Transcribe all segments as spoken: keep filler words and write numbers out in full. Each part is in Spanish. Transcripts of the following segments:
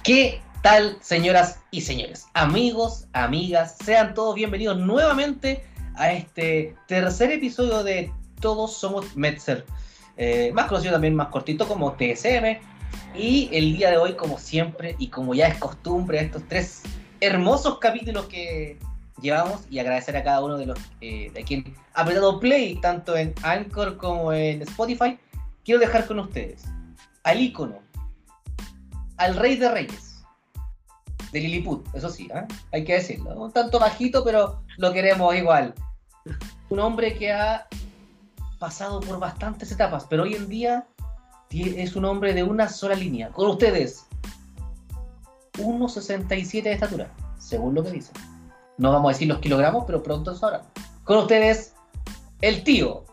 ¿Qué tal, señoras y señores? Amigos, amigas, sean todos bienvenidos nuevamente a este tercer episodio de Todos Somos Metzer, eh, más conocido también, más cortito, como T S M. Y el día de hoy, como siempre, y como ya es costumbre, estos tres hermosos capítulos que llevamos, y agradecer a cada uno de los eh, de quien ha apretado play, tanto en Anchor como en Spotify, quiero dejar con ustedes al ícono, al rey de reyes, de Lilliput, eso sí, ¿eh? Hay que decirlo, un tanto bajito, pero lo queremos igual. Un hombre que ha pasado por bastantes etapas, pero hoy en día es un hombre de una sola línea. Con ustedes, uno sesenta y siete de estatura, según lo que dicen. No vamos a decir los kilogramos, pero pronto sabrán. Con ustedes, el tío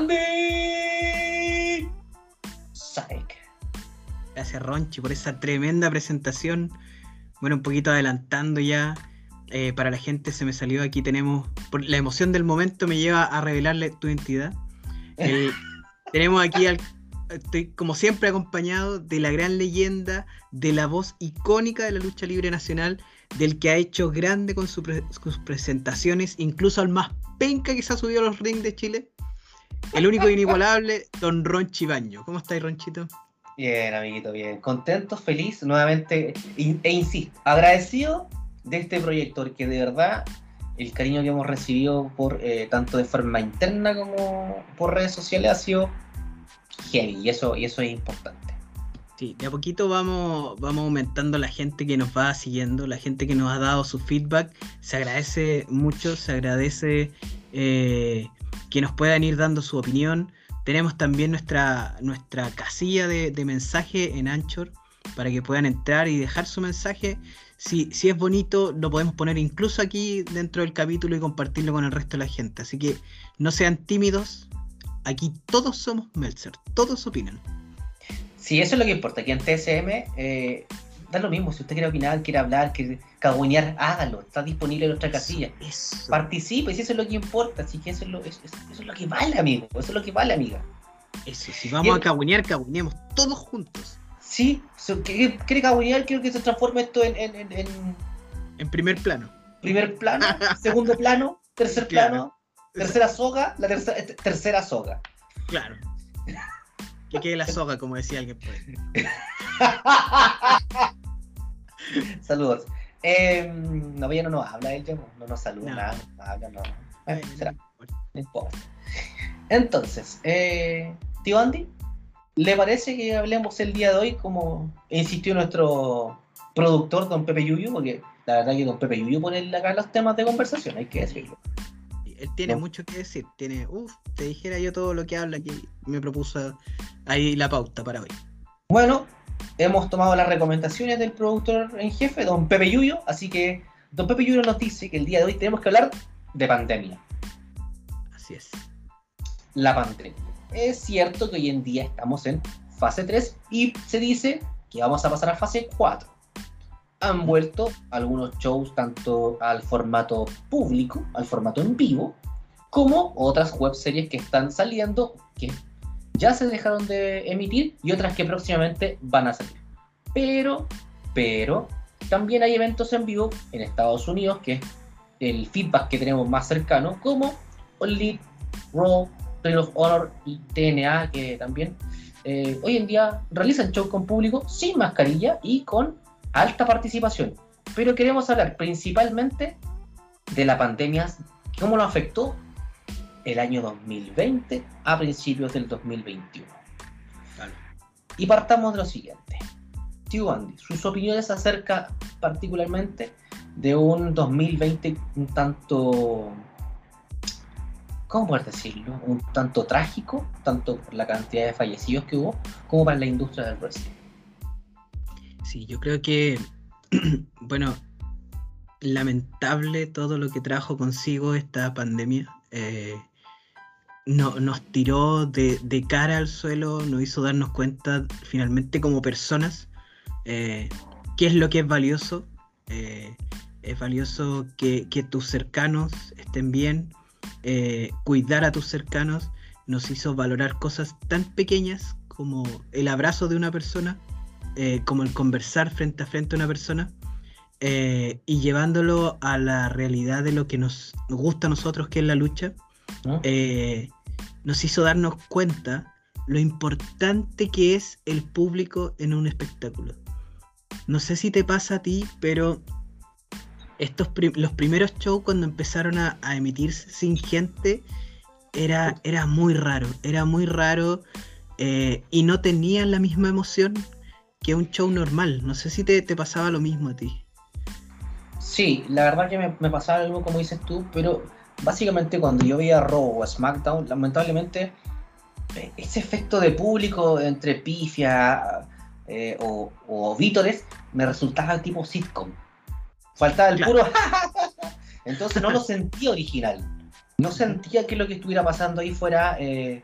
Andy Saek. Gracias, Ronchi, por esa tremenda presentación. Bueno, un poquito adelantando ya, eh, para la gente se me salió, aquí tenemos, por la emoción del momento me lleva a revelarle tu identidad. Eh, tenemos aquí, al, estoy como siempre acompañado de la gran leyenda, de la voz icónica de la lucha libre nacional, del que ha hecho grande con su pre, sus presentaciones, incluso al más penca que se ha subido a los rings de Chile, el único e inigualable, don Ronchi Baño. ¿Cómo estáis, Ronchito? Bien, amiguito, bien. Contento, feliz, nuevamente, e insisto, agradecido de este proyecto, porque de verdad el cariño que hemos recibido por eh, tanto de forma interna como por redes sociales ha sido heavy, y eso, y eso es importante. Sí, de a poquito vamos, vamos aumentando la gente que nos va siguiendo, la gente que nos ha dado su feedback. Se agradece mucho, se agradece eh, que nos puedan ir dando su opinión. Tenemos también nuestra, nuestra casilla de, de mensaje en Anchor para que puedan entrar y dejar su mensaje. Si, si es bonito, lo podemos poner incluso aquí dentro del capítulo y compartirlo con el resto de la gente. Así que no sean tímidos. Aquí todos somos Meltzer, todos opinan. Sí, eso es lo que importa. Aquí en T S M eh, da lo mismo. Si usted quiere opinar, quiere hablar, quiere cagüeñar, hágalo. Está disponible en nuestra casilla. Eso. Participe, si eso es lo que importa. Así que eso es lo, eso, eso es lo que vale, amigo. Eso es lo que vale, amiga. Eso, si vamos a cagüeñar, cagüñemos todos juntos. Sí, so, ¿quiere, quiere cagüeñar? Quiero que se transforme esto en... En, en, en... en primer plano. Primer plano, segundo plano, tercer plano, claro. Tercera soga, la tercera, tercera soga. Claro. Que quede la soga, como decía alguien por ahí. Saludos. Eh, no, ya no nos habla él, no, no nos saluda, no. nada, no habla, no. Eh, será. No importa. Entonces, eh, tío Andy, ¿le parece que hablemos el día de hoy como insistió nuestro productor, don Pepe Yuyu? Porque la verdad que don Pepe Yuyu pone acá los temas de conversación, hay que decirlo. Él tiene ¿no? mucho que decir, tiene, uff, te dijera yo todo lo que habla, que me propuso ahí la pauta para hoy. Bueno, hemos tomado las recomendaciones del productor en jefe, don Pepe Yuyo, así que don Pepe Yuyo nos dice que el día de hoy tenemos que hablar de pandemia. Así es. La pandemia. Es cierto que hoy en día estamos en fase tres y se dice que vamos a pasar a fase cuatro. Han vuelto algunos shows tanto al formato público, al formato en vivo, como otras webseries que están saliendo, que ya se dejaron de emitir y otras que próximamente van a salir. Pero, pero, también hay eventos en vivo en Estados Unidos, que es el feedback que tenemos más cercano, como All Elite, Raw, Ring of Honor y T N A, que también eh, hoy en día realizan shows con público sin mascarilla y con alta participación, pero queremos hablar principalmente de la pandemia, cómo nos afectó el año dos mil veinte a principios del dos mil veintiuno. Vale. Y partamos de lo siguiente. Tío Andy, sus opiniones acerca particularmente de un dos mil veinte un tanto, ¿cómo poder decirlo? Un tanto trágico, tanto por la cantidad de fallecidos que hubo, como para la industria del wrestling. Sí, yo creo que, bueno, lamentable todo lo que trajo consigo esta pandemia. Eh, no, nos tiró de, de cara al suelo, nos hizo darnos cuenta finalmente como personas eh, qué es lo que es valioso. Eh, es valioso que, que tus cercanos estén bien, eh, cuidar a tus cercanos. Nos hizo valorar cosas tan pequeñas como el abrazo de una persona. eh, como el conversar frente a frente a una persona, eh, y llevándolo a la realidad de lo que nos gusta a nosotros, que es la lucha, ¿no? eh, nos hizo darnos cuenta lo importante que es el público en un espectáculo. No sé si te pasa a ti, pero estos prim- los primeros shows cuando empezaron a, a emitirse sin gente era, era muy raro, era muy raro, eh, y no tenían la misma emoción que un show normal. No sé si te, te pasaba lo mismo a ti. Sí, la verdad que me, me pasaba algo como dices tú, pero básicamente cuando yo veía Raw o SmackDown, lamentablemente eh, ese efecto de público entre pifia eh, o, o vítores me resultaba tipo sitcom. Faltaba el Claro. puro entonces no lo sentía original. No sentía que lo que estuviera pasando ahí fuera eh,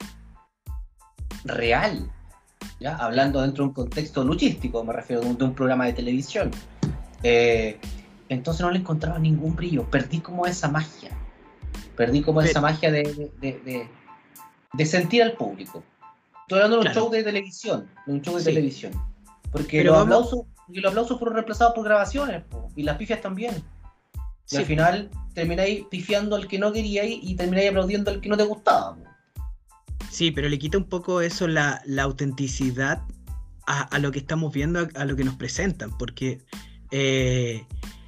real. ¿Ya? Hablando dentro de un contexto luchístico, me refiero de un, de un programa de televisión. Eh, entonces no le encontraba ningún brillo. Perdí como esa magia. Perdí como Pero, esa magia de, de, de, de, de sentir al público. Estoy hablando de un claro, show de televisión. De un show de sí. televisión. Porque Pero los vamos, aplausos, porque los aplausos fueron reemplazados por grabaciones. Po, y las pifias también. Y al sí, final termináis pifiando al que no queríais y termináis aplaudiendo al que no te gustaba. Po. sí, pero le quita un poco eso, la, la autenticidad a, a lo que estamos viendo, a, a lo que nos presentan, porque eh,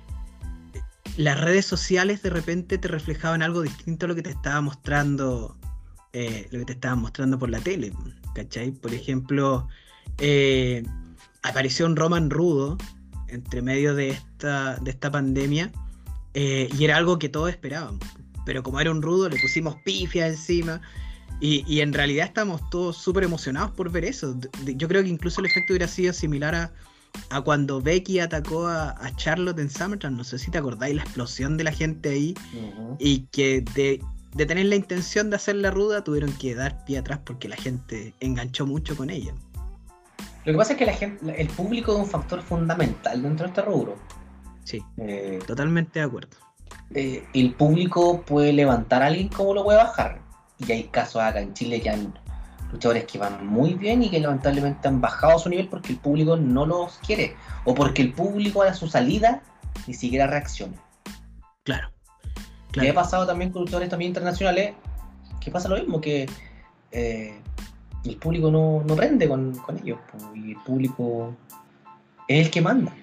las redes sociales de repente te reflejaban algo distinto a lo que te estaba mostrando, eh, lo que te estaban mostrando por la tele, ¿cachai? Por ejemplo, eh, apareció un Roman rudo entre medio de esta, de esta pandemia, eh, y era algo que todos esperábamos, pero como era un rudo le pusimos pifia encima. Y, y en realidad estamos todos súper emocionados por ver eso. De- de- Yo creo que incluso el efecto hubiera sido similar a, a cuando Becky atacó a, a Charlotte en SummerSlam. No sé si te acordáis la explosión de la gente ahí, Uh-huh. y que de, de tener la intención de hacerla ruda tuvieron que dar pie atrás porque la gente enganchó mucho con ella. Lo que pasa es que la gente, el público es un factor fundamental dentro de este rubro. Sí, Eh, totalmente de acuerdo. eh, el público puede levantar a alguien como lo puede bajar. Y hay casos acá en Chile que han luchadores que van muy bien y que lamentablemente han bajado su nivel porque el público no los quiere. O porque el público a su salida ni siquiera reacciona. Claro, Y he claro. pasado también con luchadores también internacionales que pasa lo mismo, que eh, el público no, no rende con, con ellos. Po, y el público es el que manda.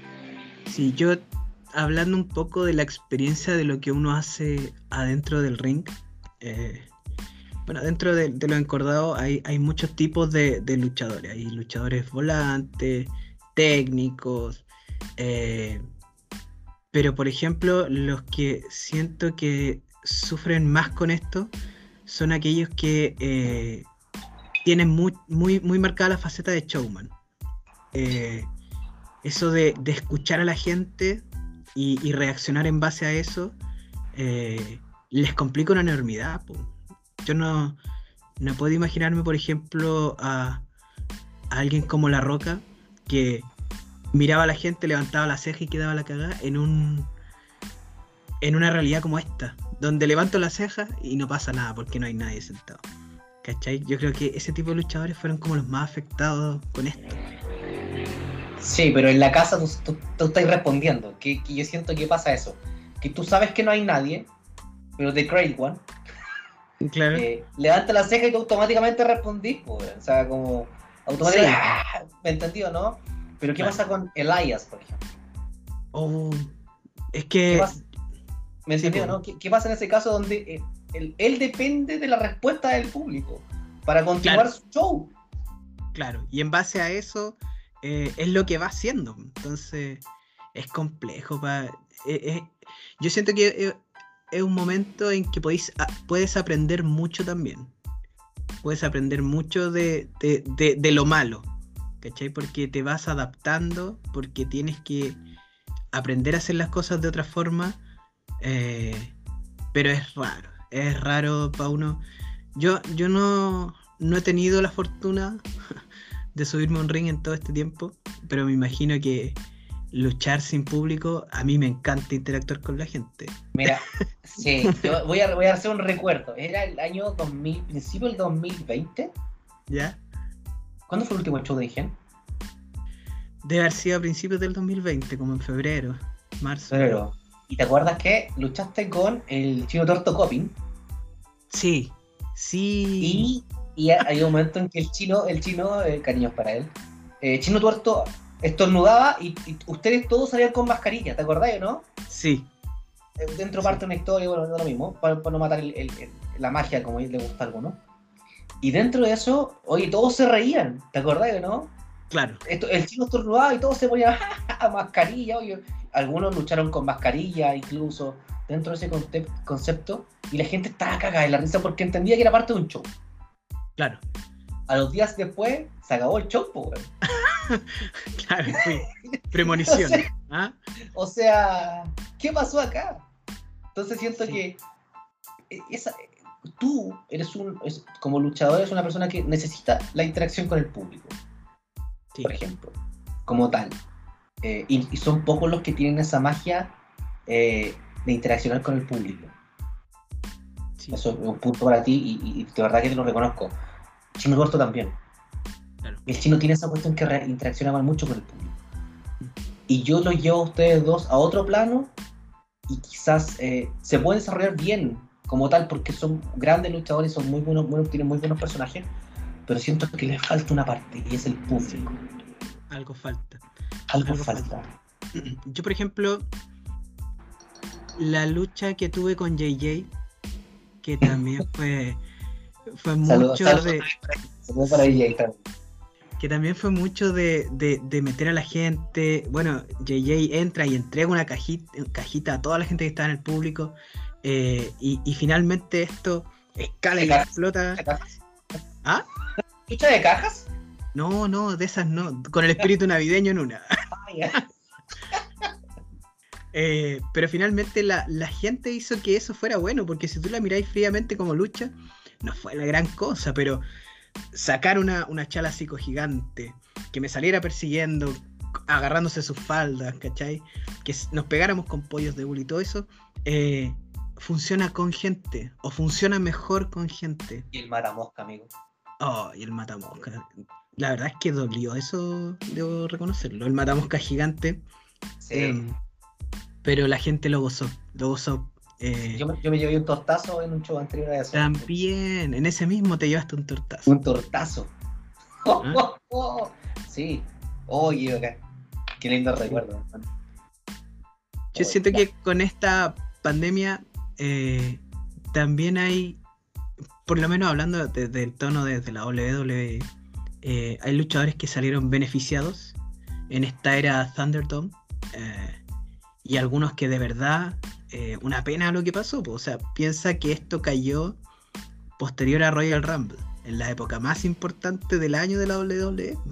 Sí, yo hablando un poco de la experiencia de lo que uno hace adentro del ring, eh, bueno, dentro de, de los encordados hay, hay muchos tipos de, de luchadores. Hay luchadores volantes, técnicos, eh, pero por ejemplo, los que siento que sufren más con esto son aquellos que eh, tienen muy, muy, muy marcada la faceta de showman. Eh, eso de, de escuchar a la gente y, y reaccionar en base a eso, eh, les complica una enormidad, po. Yo no, no puedo imaginarme, por ejemplo, a, a alguien como La Roca que miraba a la gente, levantaba la ceja y quedaba la cagada en un en una realidad como esta, donde levanto la ceja y no pasa nada porque no hay nadie sentado. ¿Cachai? Yo creo que ese tipo de luchadores fueron como los más afectados con esto. Sí, pero en la casa tú, tú, tú estás respondiendo. Que, que yo siento que pasa eso. Que tú sabes que no hay nadie, pero The Great One Claro. eh, levanta la ceja y tú automáticamente respondís. Pues, o sea, como automáticamente. Sí. ¡Ah! ¿Me entendió, no? Pero ¿qué Claro. pasa con Elias, por ejemplo? Oh, es ¿Qué que... pasa? ¿Me Sí, entendió, po. no? ¿Qué, ¿Qué pasa en ese caso donde eh, él, él depende de la respuesta del público para continuar Claro. su show? Claro, y en base a eso eh, es lo que va haciendo. Entonces es complejo. Pa, eh, eh, yo siento que eh, es un momento en que podéis, a, puedes aprender mucho también. Puedes aprender mucho de, de, de, de lo malo, ¿cachai? Porque te vas adaptando, porque tienes que aprender a hacer las cosas de otra forma, eh, pero es raro, es raro para uno. Yo, yo no, no he tenido la fortuna de subirme a un ring en todo este tiempo, pero me imagino que luchar sin público, a mí me encanta interactuar con la gente. Mira, sí, yo voy a, voy a hacer un recuerdo. Era el año dos mil, principio del dos mil veinte. ¿Ya? ¿Cuándo fue el último show de Ingen? Debe haber sido a principios del dos mil veinte, como en febrero, marzo. Pero, ¿y te acuerdas que luchaste con el Chino Tuerto Copin? Sí, sí. Y, y hay un momento en que el chino, el chino, eh, cariños para él, eh, Chino Tuerto estornudaba y, y ustedes todos salían con mascarilla, ¿te acordás, no? Sí. Eh, Dentro parte de una historia, bueno, no lo mismo, para, para no matar el, el, el, la magia como a él le gusta a alguno. Y dentro de eso, oye, todos se reían, ¿te acordás, no? Claro. Esto, el chino estornudaba y todos se ponían a mascarilla, oye. Algunos lucharon con mascarilla incluso dentro de ese concept- concepto y la gente estaba cagada de la risa porque entendía que era parte de un show. Claro. A los días después se acabó el show, po, weón. Claro, fue premonición. O sea, ¿Ah? o sea, ¿qué pasó acá? Entonces siento Sí. que esa, tú eres un, es, como luchador, eres una persona que necesita la interacción con el público, Sí. por ejemplo, como tal. Eh, y, y son pocos los que tienen esa magia eh, de interaccionar con el público. Sí. Eso es un punto para ti y, y de verdad que te lo reconozco. Chino Tuerto también. Claro. El chino tiene esa cuestión que re- interacciona mal mucho con el público. Y yo los llevo a ustedes dos a otro plano y quizás eh, se pueden desarrollar bien como tal porque son grandes luchadores, son muy buenos, buenos, tienen muy buenos personajes, pero siento que les falta una parte y es el público. Algo falta. Algo, Algo falta. falta. Yo, por ejemplo, la lucha que tuve con J J, que también fue, fue Saludos, mucho saludos, de... saludos para Sí. ella también. Que también fue mucho de, de, de meter a la gente. Bueno, J J entra y entrega una cajita, cajita a toda la gente que está en el público. Eh, y, y finalmente esto escala y ¿De cajas? explota. ¿De cajas? ¿Ah? ¿Lucha de cajas? No, no, de esas no. Con el espíritu navideño en una. Ah, ya. Eh, pero finalmente la, la gente hizo que eso fuera bueno, porque si tú la miráis fríamente como lucha, no fue la gran cosa, pero sacar una, una chala psicogigante, que me saliera persiguiendo, agarrándose sus faldas, ¿cachai? Que nos pegáramos con pollos de bull y todo eso, eh, funciona con gente, o funciona mejor con gente. Y el matamosca, amigo. Oh, y el matamosca. La verdad es que dolió, eso debo reconocerlo. El matamosca gigante. Sí. Eh, pero la gente lo gozó, lo gozó. Eh, Yo, me- yo me llevé un tortazo en un show anterior a eso. también, en ese mismo te llevaste un tortazo. Un tortazo. Oh, ¿Ah? oh, oh. Sí. Oye, acá. Qué lindo recuerdo. Yo siento que con esta pandemia eh, también hay, por lo menos hablando desde el tono desde la W W E, eh, hay luchadores que salieron beneficiados en esta era Thunderdome. Eh, y algunos que de verdad, eh, una pena lo que pasó, pues, o sea, piensa que esto cayó posterior a Royal Rumble, en la época más importante del año de la W W E.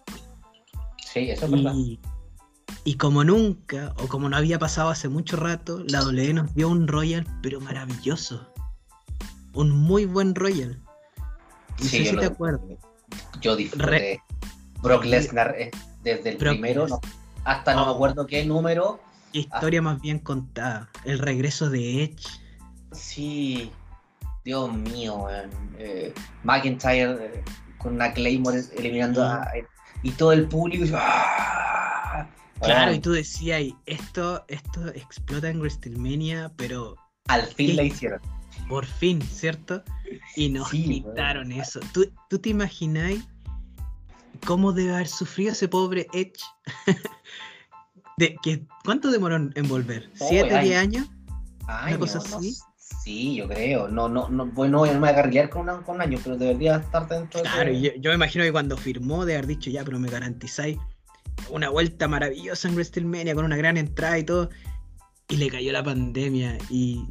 Sí, eso es verdad. Y, y como nunca, o como no había pasado hace mucho rato, la W W E nos dio un Royal, pero maravilloso. Un muy buen Royal. No Sí, sé yo si lo- te acuerdas. Yo disfruté. Re- Brock Lesnar eh, desde el Brock primero no, Lesnar. hasta no Oh. me acuerdo qué número. Qué historia más bien contada. El regreso de Edge. Sí, Dios mío, weón. Eh, McIntyre eh, con una Claymore eliminando a, y todo el público. ¡Ah! Claro, Weón, y tú decías, y esto, esto explota en WrestleMania, pero al fin ¿qué? la hicieron. por fin, ¿cierto? Y nos Sí, quitaron bueno. eso. ¿Tú, ¿Tú te imagináis cómo debe haber sufrido ese pobre Edge? de, que, ¿Cuánto demoró en en volver? Oh, ¿Siete o ay. diez años? Años, cosa no así. sé. Sí, yo creo. No, no, no, bueno, no me voy a carrilear con, una, con años, pero debería estar dentro de Claro, ese- y yo, yo me imagino que cuando firmó de haber dicho ya, pero me garantizáis una vuelta maravillosa en WrestleMania con una gran entrada y todo, y le cayó la pandemia y,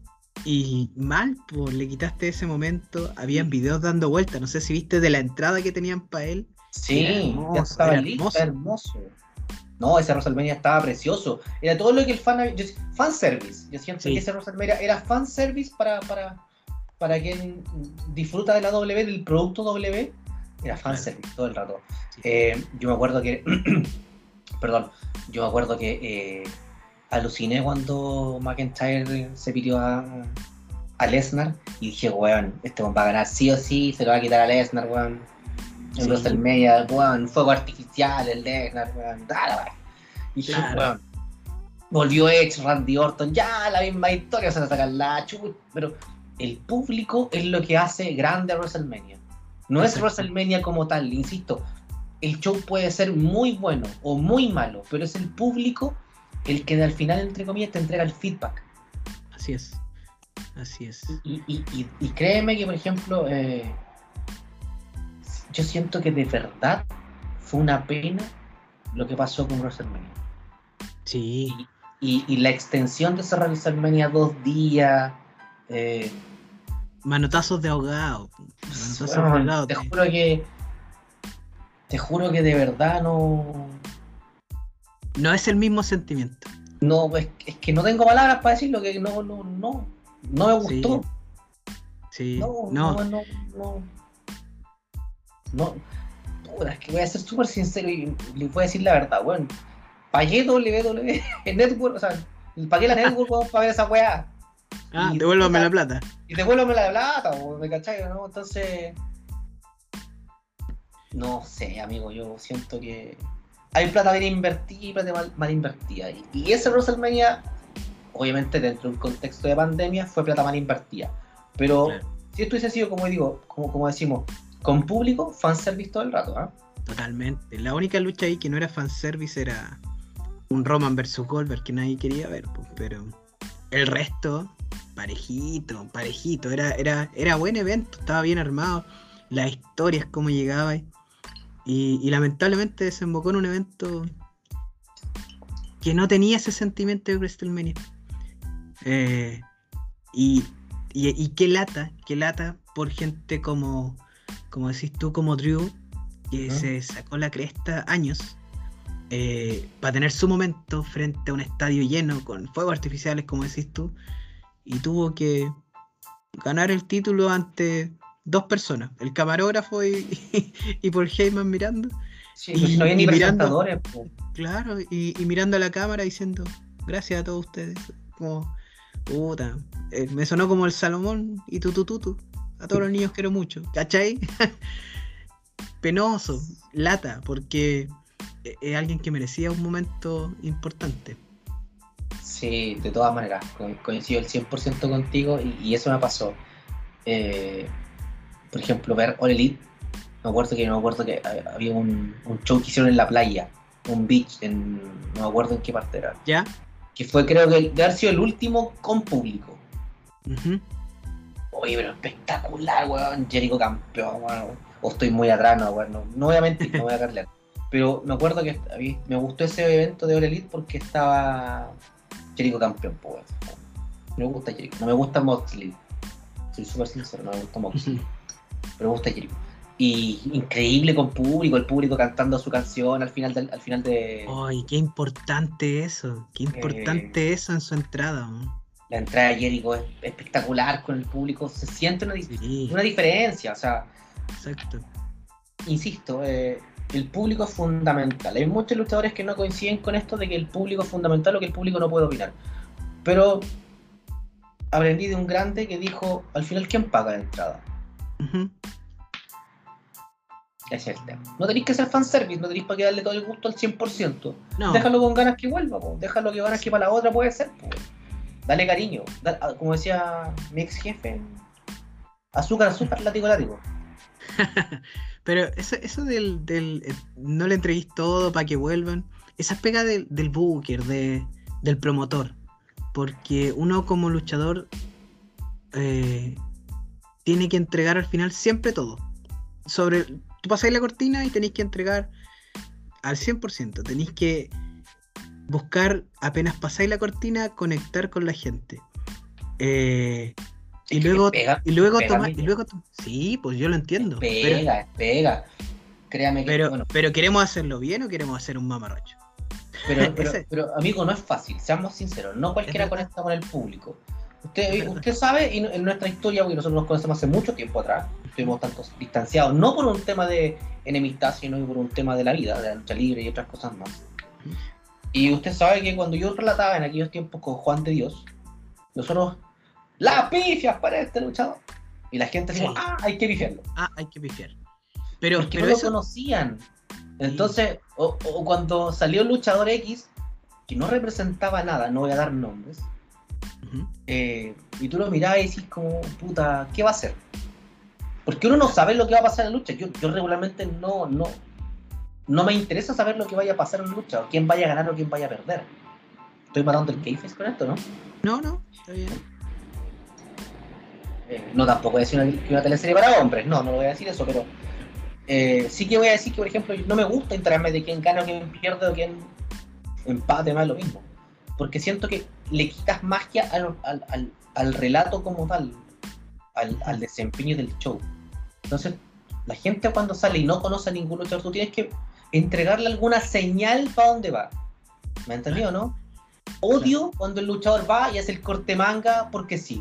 y mal, pues le quitaste ese momento. Habían videos dando vueltas, no sé si viste de la entrada que tenían para él. Sí, Era hermoso, ya estaba era listo, hermoso. hermoso. No, ese WrestleMania estaba precioso. Era todo lo que el fan... Yo, fanservice. Yo siento Sí. que ese WrestleMania era fanservice para, para, para quien disfruta de la W, del producto W. Era fanservice todo el rato. Sí. Eh, yo me acuerdo que... perdón. Yo me acuerdo que eh, aluciné cuando McIntyre se pidió a, a Lesnar y dije, weón, este weón va a ganar sí o sí, se lo va a quitar a Lesnar, weón. En Sí. WrestleMania, weón, fuego artificial, el Lesnar, weón, dale, weón. Y Claro. weón, volvió Edge, Randy Orton, ya la misma historia, se la sacan la chucha, pero el público es lo que hace grande a WrestleMania. No es Exacto. WrestleMania como tal, insisto. El show puede ser muy bueno o muy malo, pero es el público el que al final, entre comillas, te entrega el feedback. Así es. Así es. Y, y, y, y créeme que, por ejemplo, eh, yo siento que de verdad fue una pena lo que pasó con WrestleMania. Sí. Y, y, y la extensión de esa WrestleMania dos días. Eh, Manotazos de ahogado. Manotazos bueno, de ahogado. te juro que. Te juro que de verdad no. No es el mismo sentimiento. No, es, es que no tengo palabras para decirlo, que no, no, no. No me gustó. Sí. Sí. No, No. no, no, no. No. Puta, es que voy a ser súper sincero y les voy a decir la verdad, bueno. Pagué W W E Network, o sea, pagué la Network, weón, para ver esa weá. Ah, Y- devuélvame la plata. Y devuélveme la plata, weón, ¿me cachai? ¿No? Entonces. No sé, amigo, yo siento que hay plata bien invertida y plata mal, mal invertida. Y, y ese WrestleMania, obviamente dentro de un contexto de pandemia, fue plata mal invertida. Pero Claro. si esto hubiese sido, como digo, como, como decimos, con público, fanservice todo el rato, ¿ah? Totalmente. La única lucha ahí que no era fanservice era un Roman versus Goldberg que nadie quería ver, pues, pero el resto, parejito, parejito. Era, era, era buen evento, estaba bien armado. Las historias, cómo llegaba. Y, y lamentablemente desembocó en un evento que no tenía ese sentimiento de WrestleMania. Eh, y, y, y qué lata, qué lata por gente como, como decís tú, como Drew, que Ujú. se sacó la cresta años eh, para tener su momento frente a un estadio lleno con fuegos artificiales, como decís tú, y tuvo que ganar el título ante dos personas, el camarógrafo y, y, y Paul Heyman mirando. Sí, pero si no había Y, ni y mirando, presentadores, po. claro, y, y mirando a la cámara diciendo gracias a todos ustedes. Como, puta, eh, me sonó como el Salomón y tu tu tu tu. A todos los niños quiero mucho, ¿cachai? Penoso, lata, porque es es alguien que merecía un momento importante. Sí, de todas maneras, co- coincido el cien por ciento contigo y, y eso me pasó. Eh, por ejemplo, ver All Elite, me acuerdo que, no me acuerdo que ha- había un, un show que hicieron en la playa, un beach, en, no me acuerdo en qué parte era, ¿Ya? que fue creo que de haber sido el último con público. Ujú. Oye, pero espectacular, weón, Jericho campeón, weón. O estoy muy atrás, no, weón, no, no voy a mentir, no voy a carlear. Pero me acuerdo que a mí me gustó ese evento de All Elite porque estaba Jericho campeón, pues, weón. Me gusta Jericho, no me gusta Moxley. Soy súper sincero, no me gusta Moxley. Pero me gusta Jericho. Y increíble con público, el público cantando su canción al final del, al final de Ay, qué importante eso, qué importante eso en su entrada. ¿No? la entrada de Jericho, es espectacular con el público, se siente una, di- Sí, una diferencia, o sea, exacto. insisto, eh, el público es fundamental. Hay muchos luchadores que no coinciden con esto de que el público es fundamental o que el público no puede opinar. Pero aprendí de un grande que dijo, al final, ¿quién paga la entrada? Ujú. Ese es el tema. No tenéis que ser fanservice, no tenéis para que darle todo el gusto al cien por ciento. No, Déjalo con ganas que vuelva, po. Déjalo que ganas que para la otra puede ser. Po. Dale cariño. Da- ah, como decía mi ex jefe, azúcar, azúcar, látigo, látigo. pero eso, eso del, del eh, no le entreguéis todo para que vuelvan, esa es pega del, del booker, de, del promotor, porque uno como luchador eh, tiene que entregar al final siempre todo. Sobre, tú pasáis la cortina y tenéis que entregar al cien por ciento, tenéis que buscar, apenas pasáis la cortina, conectar con la gente. Eh, Es y que luego, pega, y luego pega, tomar, y amigo. luego to- sí, pues yo lo entiendo. Pero, Pega, pega. Créame que, pero, bueno, pero ¿queremos hacerlo bien o queremos hacer un mamarracho? pero, pero, Ese- pero, amigo, no es fácil, seamos sinceros, no cualquiera Es verdad. conecta con el público. Es Usted, verdad. usted sabe, y en nuestra historia, porque nosotros nos conocemos hace mucho tiempo atrás, estuvimos tantos distanciados, no por un tema de enemistad, sino por un tema de la vida, de la lucha libre y otras cosas más. Y usted sabe que cuando yo relataba en aquellos tiempos con Juan de Dios, nosotros, las pifias para este luchador. Y la gente decía, Sí. ah, hay que pifiarlo. Ah, hay que pifiar. Pero, porque pero no lo eso... conocían. Entonces, o, o cuando salió el luchador X, que no representaba nada, no voy a dar nombres, Ujú. eh, y tú lo mirabas y decís como, puta, ¿qué va a hacer? Porque uno no sabe lo que va a pasar en la lucha. Yo, yo regularmente no, no, no me interesa saber lo que vaya a pasar en la lucha, o quién vaya a ganar o quién vaya a perder. Estoy matando el kayfabe con esto, ¿no? No, no, está bien. Eh, no tampoco voy a decir una, una teleserie para hombres, no, no lo voy a decir eso, pero eh, sí que voy a decir que, por ejemplo, no me gusta enterarme de quién gana o quién pierde o quién empate, más lo mismo. Porque siento que le quitas magia al, al, al, al relato como tal, al, al desempeño del show. Entonces, la gente cuando sale y no conoce a ningún luchador, tú tienes que entregarle alguna señal para dónde va. ¿Me entendió, no? Odio cuando el luchador va y hace el corte manga porque sí.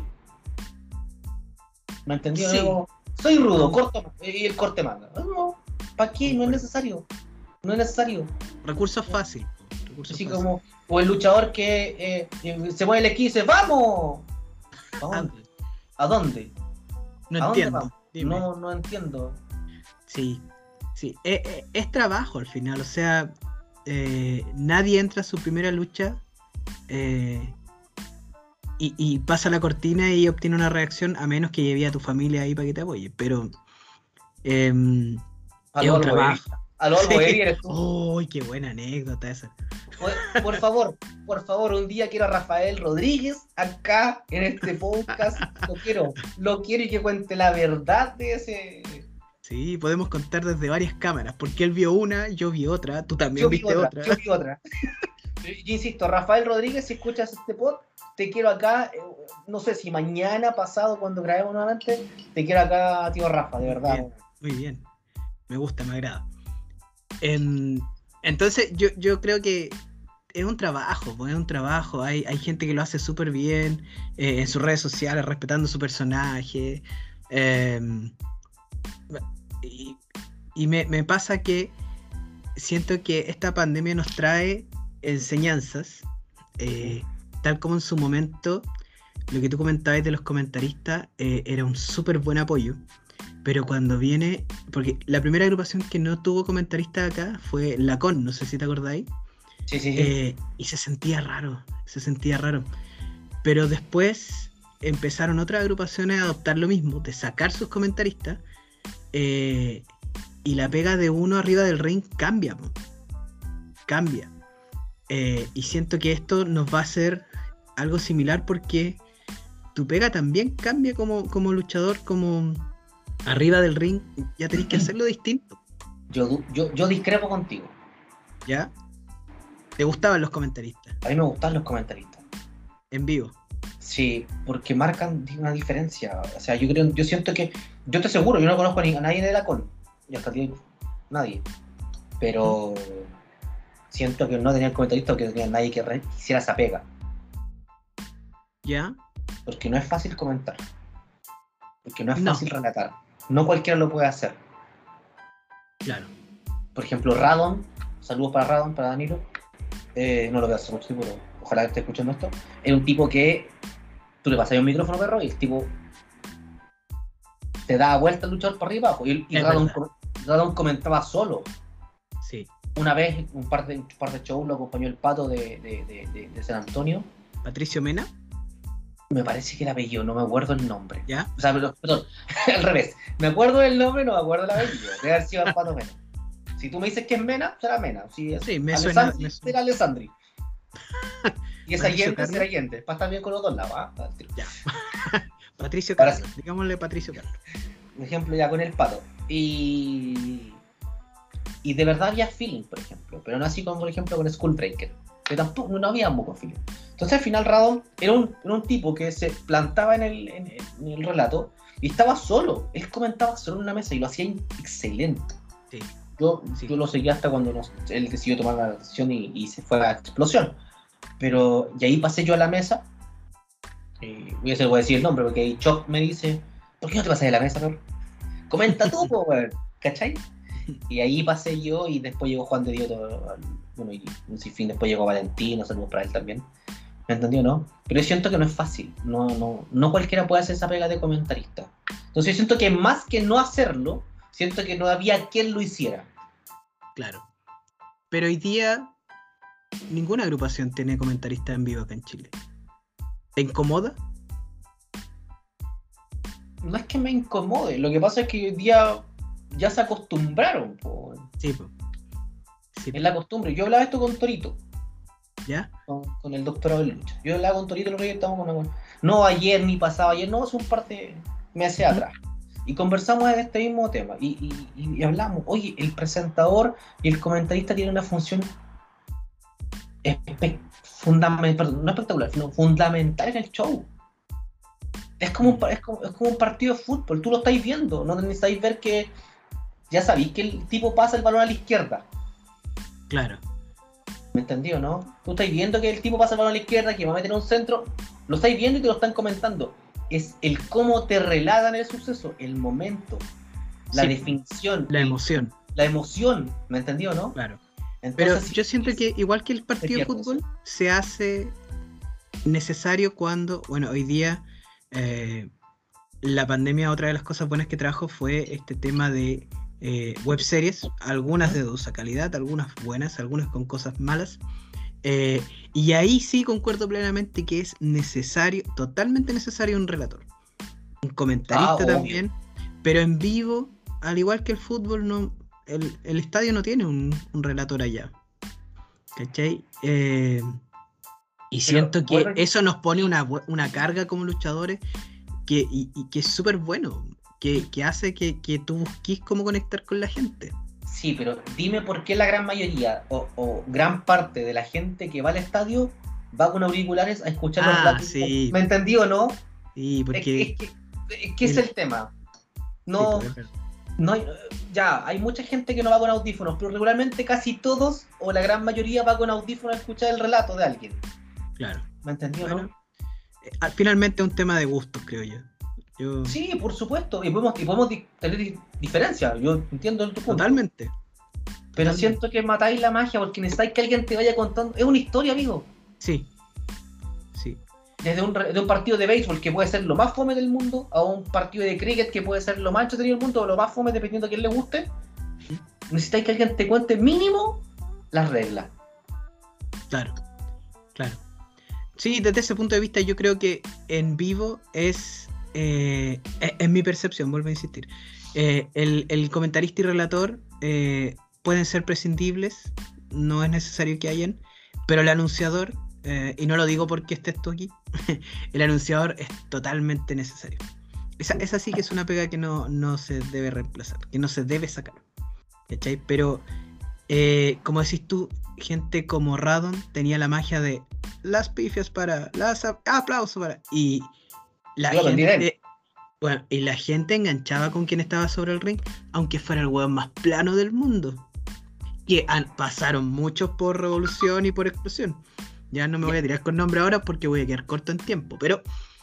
¿Me entendió? Sí. No, soy rudo, corto y el corte manga. No, ¿para qué? No es necesario. No es necesario. Recursos fácil. Recursos Así fácil. como, o el luchador que eh, se mueve el esquí y dice, ¡vamos! ¿A dónde? ¿A dónde? No ¿A dónde entiendo. vamos? Dime. No, no entiendo. Sí, sí. Eh, eh, es trabajo al final. O sea, eh, nadie entra a su primera lucha eh, y, y pasa la cortina y obtiene una reacción a menos que lleve a tu familia ahí para que te apoye. Pero eh, A es lo un Albo Eri. trabajo. A lo Albo Sí. Eri eres tú. ¡Uy, qué buena anécdota esa! Por, por favor, por favor, un día quiero a Rafael Rodríguez acá en este podcast. Lo quiero, lo quiero y que cuente la verdad de ese. Sí, podemos contar desde varias cámaras, porque él vio una, yo vi otra, tú también Yo vi viste otra, otra. yo vi otra. Yo insisto, Rafael Rodríguez, si escuchas este pod, te quiero acá, eh, no sé si mañana, pasado, cuando grabemos nuevamente, te quiero acá, tío Rafa, de verdad. Bien, muy bien, me gusta, me agrada. En, entonces, yo, yo creo que es un trabajo, pues, es un trabajo. Hay, hay gente que lo hace súper bien eh, en sus redes sociales, respetando su personaje. Eh, y y me, me pasa que siento que esta pandemia nos trae enseñanzas, eh, tal como en su momento lo que tú comentabas de los comentaristas eh, era un súper buen apoyo, pero cuando viene, porque la primera agrupación que no tuvo comentaristas acá fue La Con, no sé si te acordáis, Sí, sí, sí. eh, y se sentía raro, se sentía raro, pero después empezaron otras agrupaciones a adoptar lo mismo, de sacar sus comentaristas, eh, y la pega de uno arriba del ring cambia, po. cambia. Eh, y siento que esto nos va a hacer algo similar porque tu pega también cambia como, como luchador, como arriba del ring, ya tenés que hacerlo distinto. Yo, yo, yo discrepo contigo. ¿Ya? ¿Te gustaban los comentaristas? A mí me gustan los comentaristas. En vivo. Sí, porque marcan una diferencia. O sea, yo creo, yo siento que, yo te aseguro, yo no conozco a, ni, a nadie de la con, y hasta ti, nadie. Pero siento que no tenían comentaristas porque no tenían nadie que re, hiciera esa pega. ¿Ya? Porque no es fácil comentar. Porque no es No. fácil relatar. No cualquiera lo puede hacer. Claro. Por ejemplo, Radon, saludos para Radon, para Danilo. Eh, no lo veo hace mucho tiempo, pero ojalá que esté escuchando esto. Es un tipo que tú le pasas un micrófono, perro, y el tipo te da vuelta el luchador para arriba. Y, y Es Radon, verdad. Radon comentaba solo. Sí. Una vez, un par de, un par de shows lo acompañó el Pato de, de, de, de, de San Antonio. Patricio Mena. Me parece que el apellido, no me acuerdo el nombre. ¿Ya? O sea, perdón, perdón, al revés. Me acuerdo del nombre, no me acuerdo el apellido. Debe haber sido el Pato Mena. Si tú me dices que es Mena, será Mena. Si es Sí, me suena, Alessandri, me suena. será Alessandri. Y es Patricio Allende, Carlos. será Allende. Para estar bien con los dos lados. ¿Ah? Ya. Patricio Ahora Carlos. Digámosle Patricio Carlos. Por ejemplo, ya con el Pato. Y. Y de verdad había feeling, por ejemplo. Pero no así como, por ejemplo, con Skullbreaker. Que tampoco, no había mucho feeling. Entonces, al final, Radon era un, era un tipo que se plantaba en el, en, en el relato y estaba solo. Él comentaba solo en una mesa y lo hacía excelente. Sí. Yo, Sí. yo lo seguí hasta cuando nos, él decidió tomar la decisión y, y se fue a Explosión. Pero, y ahí pasé yo a la mesa. Y voy a, hacer, voy a decir el nombre porque ahí Chop me dice: ¿por qué no te pasas de la mesa, perro? Comenta tú, po, weón. ¿Cachai? Y ahí pasé yo y después llegó Juan de Dios. Bueno, y un sinfín, después llegó Valentino, saludos para él también. ¿Me entendió, no? Pero yo siento que no es fácil. No, no, no cualquiera puede hacer esa pega de comentarista. Entonces yo siento que más que no hacerlo, siento que no había quien lo hiciera. Claro. Pero hoy día ninguna agrupación tiene comentaristas en vivo acá en Chile. ¿Te incomoda? No es que me incomode, lo que pasa es que hoy día ya se acostumbraron, po. Sí, po. Sí, Es la costumbre. Yo hablaba esto con Torito, ¿ya? con, con el doctorado de lucha. Yo hablaba con Torito, el otro día estamos con una... No ayer ni pasado ayer, no, hace un par de meses ¿Mm? atrás. Y conversamos de este mismo tema. Y, y, y hablamos, oye, el presentador y el comentarista tienen una función espe- fundamental, no espectacular, sino fundamental en el show. Es como, un, es, como, es como un partido de fútbol, tú lo estáis viendo, no necesitáis ver que ya sabéis que el tipo pasa el balón a la izquierda. Claro. ¿Me entendió, no? Tú estáis viendo que el tipo pasa el balón a la izquierda, que va a meter un centro, lo estáis viendo y te lo están comentando. Es el cómo te relatan el suceso, el momento, la sí, definición. La emoción. La emoción, ¿me entendió, no? Claro. Entonces, pero yo siento que igual que el partido de fútbol, eso se hace necesario cuando, bueno, hoy día eh, la pandemia, otra de las cosas buenas que trajo fue este tema de eh, web series, algunas de dudosa calidad, algunas buenas, algunas con cosas malas. Eh, y ahí sí concuerdo plenamente que es necesario, totalmente necesario un relator, un comentarista ah, también, pero en vivo, al igual que el fútbol, no, el, el estadio no tiene un, un relator allá, ¿cachai? Eh, y siento pero, que bueno, eso nos pone una, una carga como luchadores que, y, y que es súper bueno, que, que hace que, que tú busques cómo conectar con la gente. Sí, pero dime por qué la gran mayoría o, o gran parte de la gente que va al estadio va con auriculares a escuchar los ah, relatos. Sí. ¿Me entendió, no? Sí, porque... Es, es que, es, que el... es el tema. No, sí, no hay, ya, hay mucha gente que no va con audífonos, pero regularmente casi todos o la gran mayoría va con audífonos a escuchar el relato de alguien. Claro. ¿Me entendió, bueno, no? Eh, finalmente es un tema de gustos, creo yo. Yo... Sí, por supuesto, y podemos, y podemos di- tener di- diferencias, yo entiendo tu punto. Totalmente. Pero Totalmente. Siento que matáis la magia porque necesitáis que alguien te vaya contando. Es una historia, amigo. Sí. Sí. Desde un, de un partido de béisbol que puede ser lo más fome del mundo, a un partido de cricket que puede ser lo más entretenido del mundo, o lo más fome dependiendo a quién le guste. ¿Sí? Necesitáis que alguien te cuente mínimo las reglas. Claro, claro. Sí, desde ese punto de vista yo creo que en vivo es... Eh, en mi percepción, vuelvo a insistir, eh, el, el comentarista y relator eh, pueden ser prescindibles, no es necesario que hayan, pero el anunciador, eh, y no lo digo porque estés tú aquí, el anunciador es totalmente necesario. Esa, esa sí que es una pega que no, no se debe reemplazar, que no se debe sacar, ¿cachai? Pero eh, como decís tú, gente como Radon tenía la magia de las pifias para, las aplausos para, y La Yo gente, bueno, y la gente enganchaba con quien estaba sobre el ring, aunque fuera el hueón más plano del mundo. Que han, pasaron muchos por Revolución y por Explosión. Ya no me voy a tirar con nombre ahora porque voy a quedar corto en tiempo, pero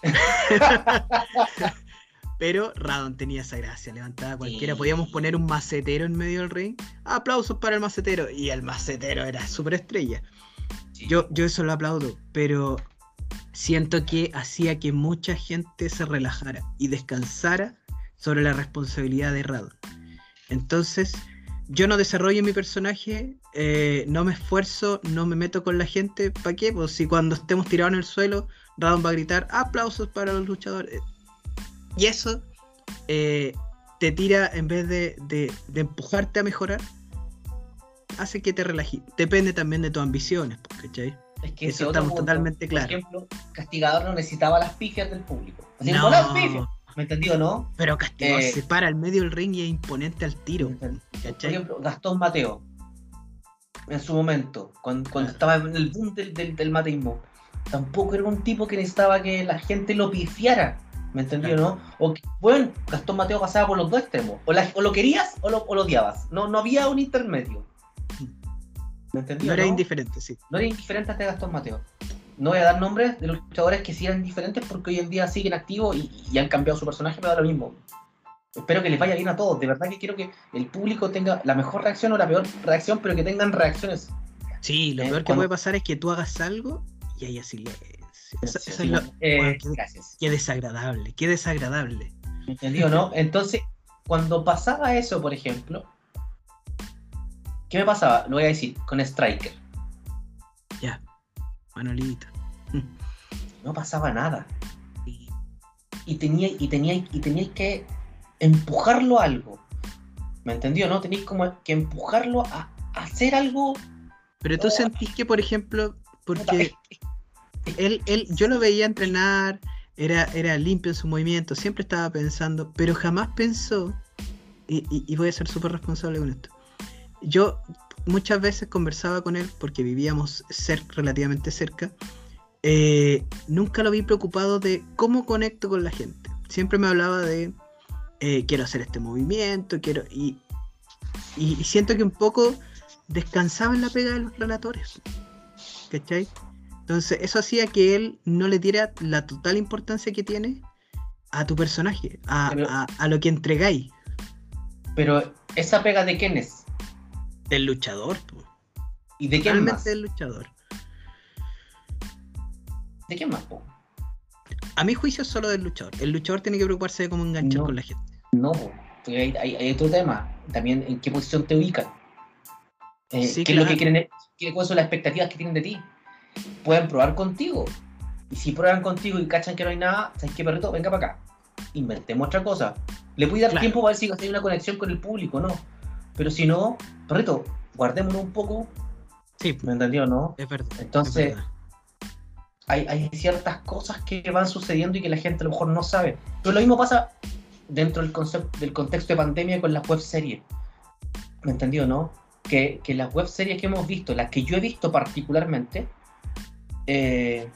pero Radon tenía esa gracia, levantaba cualquiera, sí. Podíamos poner un macetero en medio del ring, aplausos para el macetero, y el macetero era súper estrella. Sí. Yo, yo eso lo aplaudo, pero siento que hacía que mucha gente se relajara y descansara sobre la responsabilidad de Radon. Entonces, yo no desarrollo mi personaje, eh, no me esfuerzo, no me meto con la gente. ¿Para qué? Pues si cuando estemos tirados en el suelo, Radon va a gritar aplausos para los luchadores. Y eso eh, te tira, en vez de, de, de empujarte a mejorar, hace que te relajes. Depende también de tus ambiciones, ¿cachai? Es que eso estamos punto, totalmente claros. Por ejemplo, Castigador no necesitaba las pifias del público. Así no. Las pifias, ¿me entendió, no? Pero Castigador eh, se para al medio del ring y es imponente al tiro. ¿Cachai? Por ejemplo, Gastón Mateo, en su momento, cuando, cuando claro. estaba en el boom del, del, del mateísmo, tampoco era un tipo que necesitaba que la gente lo pifiara. ¿Me entendió, claro. no? O que, bueno, Gastón Mateo pasaba por los dos extremos. O, la, o lo querías o lo, o lo odiabas. No, no había un intermedio. ¿Me entendió, no era no? indiferente, sí. No era indiferente hasta Gastón Mateo. No voy a dar nombres de luchadores que sí eran diferentes porque hoy en día siguen activos y, y han cambiado su personaje, pero da lo mismo. Espero que les vaya bien a todos. De verdad que quiero que el público tenga la mejor reacción o la peor reacción, pero que tengan reacciones. Sí, lo eh, peor que cuando... puede pasar es que tú hagas algo y haya silencio. Eso, sí, eso sí, es lo... eh, bueno, qué, gracias. Qué desagradable, qué desagradable. ¿Entendido, no? Entonces, cuando pasaba eso, por ejemplo, ¿qué me pasaba? Lo voy a decir, con Striker. Ya, Manolito. No pasaba nada. Y, y tenía, y tenía, y tenía que empujarlo a algo. ¿Me entendió? ¿No? Tenéis como que empujarlo a, a hacer algo. Pero tú Oh, sentís que, por ejemplo, porque él, él, yo lo veía entrenar, era, era limpio en su movimiento, siempre estaba pensando, pero jamás pensó, y, y, y voy a ser súper responsable con esto. Yo muchas veces conversaba con él porque vivíamos cer- relativamente cerca. Eh, nunca lo vi preocupado de cómo conecto con la gente. Siempre me hablaba de eh, quiero hacer este movimiento, quiero. Y, y, y siento que un poco descansaba en la pega de los relatores. ¿Cachai? Entonces, eso hacía que él no le diera la total importancia que tiene a tu personaje, a, pero, a, a lo que entregáis. pero, ¿esa pega de quién es? Del luchador, po. ¿Y de quién Totalmente más? del luchador. ¿De quién más, po? A mi juicio es solo del luchador. El luchador tiene que preocuparse de cómo enganchar No, con la gente. no, po. Hay, hay, hay otro tema. También en qué posición te ubican. Eh, Sí, ¿Qué es lo claro. que quieren? ¿Qué, ¿Cuáles son las expectativas que tienen de ti? Pueden probar contigo. Y si prueban contigo y cachan que no hay nada, ¿sabes qué, perrito? Venga para acá. Inventemos otra cosa. Le puedes dar Claro. tiempo para ver si hay una conexión con el público, ¿no? Pero si no, perrito, guardémonos un poco. Sí, ¿Me entendió, no? es verdad. Entonces, es verdad. Hay, hay ciertas cosas que van sucediendo y que la gente a lo mejor no sabe. Pero lo mismo pasa dentro del, concepto, del contexto de pandemia con las web series. ¿Me entendió, no? Que, que las web series que hemos visto, las que yo he visto particularmente, eh,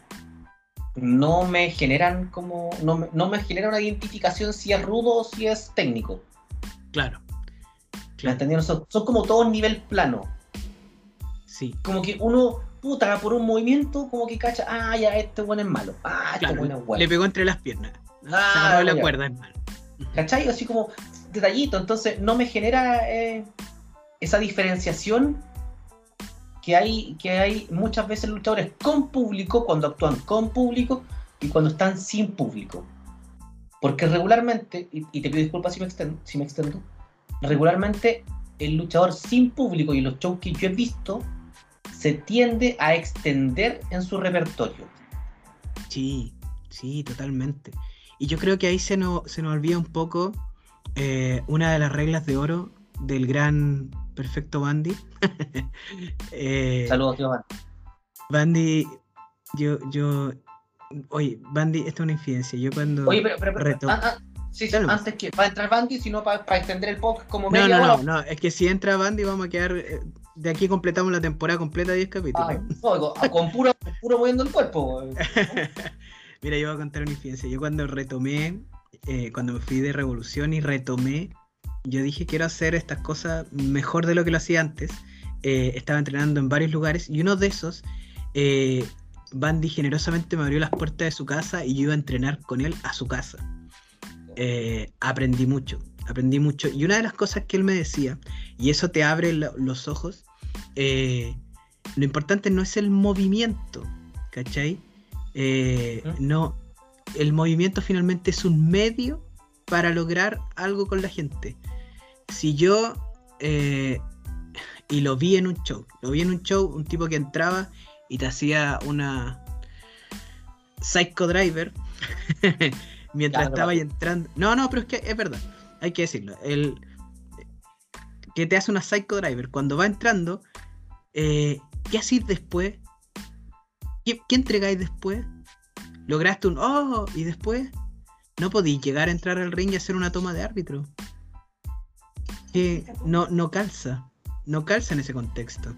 no me generan como no me, no me genera una identificación si es rudo o si es técnico. Claro. ¿Me claro. entendieron? Son, son como todos nivel plano. Sí. Como que uno, puta, por un movimiento, como que cacha, ah, ya, este bueno es malo. Ah, este Claro, bueno es bueno. le pegó entre las piernas. Ah, Se agarró de la ya. cuerda, es malo. ¿Cachai? Así como detallito. Entonces no me genera eh, esa diferenciación que hay, que hay muchas veces luchadores con público, cuando actúan con público y cuando están sin público. Porque regularmente, y, y te pido disculpas si me extendo, si me extendo, regularmente el luchador sin público y los shows que yo he visto se tiende a extender en su repertorio. Sí, sí, totalmente. Y yo creo que ahí se nos, se nos olvida un poco eh, una de las reglas de oro del gran perfecto Bandy. eh, Saludos, tío Man. Bandy, yo, yo, oye, Bandy, esto es una infidencia. Yo cuando Oye, pero, pero, pero reto... ah, ah, sí, sí, Dale más. antes que, para entrar Bandy, sino para, para extender el podcast como No, media no, hora. no, no, es que si entra Bandy vamos a quedar, eh, de aquí completamos la temporada completa de diez capítulos. Ah, no, con, con puro, con puro moviendo el cuerpo. ¿No? Mira, yo voy a contar una infidencia. Yo cuando retomé, eh, cuando me fui de Revolución y retomé, yo dije quiero hacer estas cosas mejor de lo que lo hacía antes. Eh, estaba entrenando en varios lugares y uno de esos, eh, Bandy generosamente me abrió las puertas de su casa y yo iba a entrenar con él a su casa. Eh, aprendí mucho, aprendí mucho. Y una de las cosas que él me decía, y eso te abre lo, los ojos, eh, lo importante no es el movimiento, ¿cachai? Eh, ¿Mm? No, el movimiento finalmente es un medio para lograr algo con la gente. Si yo, eh, y lo vi en un show, lo vi en un show, un tipo que entraba y te hacía una Psycho Driver mientras Ya, no estaba ahí pasa. entrando. No, no, pero es que es verdad, hay que decirlo. El que te hace una Psycho Driver cuando va entrando, eh, ¿qué hacéis después? ¿Qué, qué entregáis después? Lograste un oh y después no podéis llegar a entrar al ring y hacer una toma de árbitro. Que no, no calza, no calza en ese contexto.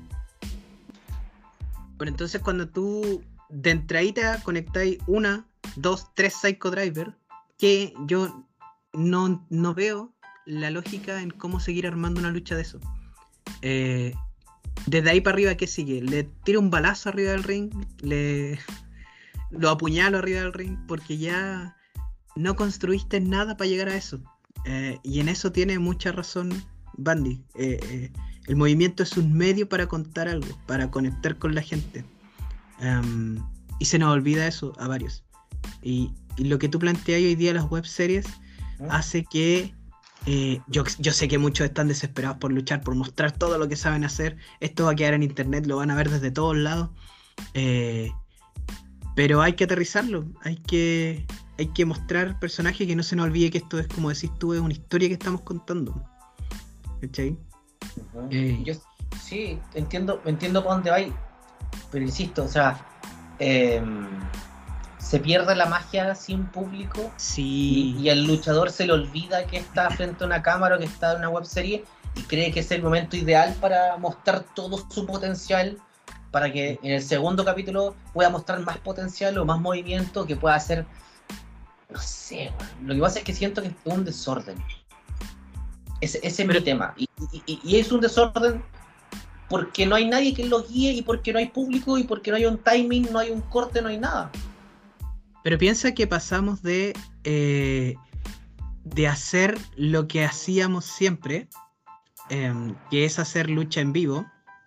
Pero entonces cuando tú de entradita conectáis una, dos, tres Psycho Driver, que yo no, no veo la lógica en cómo seguir armando una lucha de eso. Eh, desde ahí para arriba, ¿qué sigue? Le tiro un balazo arriba del ring, le lo apuñalo arriba del ring, porque ya no construiste nada para llegar a eso. Eh, y en eso tiene mucha razón Bandy. Eh, eh, el movimiento es un medio para contar algo, para conectar con la gente. Um, y se nos olvida eso a varios. Y, y lo que tú planteas hoy día, las web series, ¿Mm? hace que Eh, yo, yo sé que muchos están desesperados por luchar, por mostrar todo lo que saben hacer. Esto va a quedar en internet, lo van a ver desde todos lados. Eh, pero hay que aterrizarlo, hay que, hay que mostrar personajes que no se nos olvide que esto es, como decís tú, es una historia que estamos contando. ¿Cachai? Ujú. Eh, Yo sí, entiendo, entiendo por dónde vais, pero insisto, o sea, eh, se pierde la magia sin público y, sí, y al luchador se le olvida que está frente a una cámara o que está en una webserie y cree que es el momento ideal para mostrar todo su potencial, para que en el segundo capítulo pueda mostrar más potencial o más movimiento, que pueda hacer, no sé, weón. Lo que pasa es que siento que es un desorden. Ese, ese es mi pero, tema. Y, y- y es un desorden porque no hay nadie que lo guíe y porque no hay público y porque no hay un timing, no hay un corte, no hay nada. pero piensa que pasamos de, eh, de hacer lo que hacíamos siempre, em, que es hacer lucha en vivo.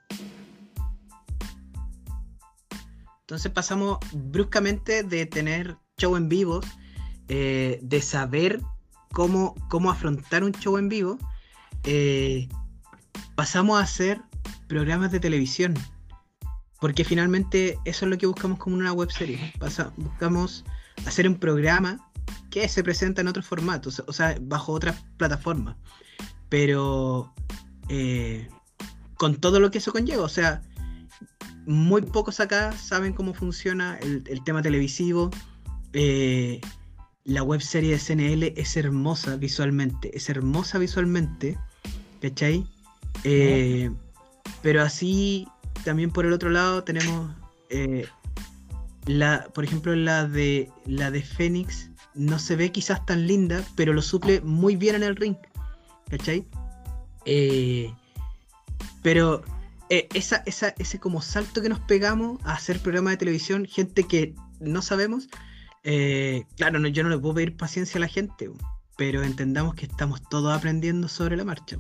Entonces pasamos bruscamente de tener show en vivo, eh, de saber cómo, cómo afrontar un show en vivo, eh, pasamos a hacer programas de televisión. Porque finalmente eso es lo que buscamos como una web serie. Pasa, buscamos hacer un programa que se presenta en otros formatos, o sea, bajo otras plataformas. Pero eh, con todo lo que eso conlleva, o sea, muy pocos acá saben cómo funciona el, el tema televisivo. Eh, la web serie de C N L es hermosa visualmente, es hermosa visualmente, ¿cachai? Eh, pero así, también por el otro lado tenemos, eh, la, por ejemplo, la de, la de Fénix, no se ve quizás tan linda, pero lo suple muy bien en el ring, ¿cachai? Eh, pero eh, esa, esa, ese como salto que nos pegamos a hacer programas de televisión, gente que no sabemos, eh, claro, no, yo no le puedo pedir paciencia a la gente, pero entendamos que estamos todos aprendiendo sobre la marcha.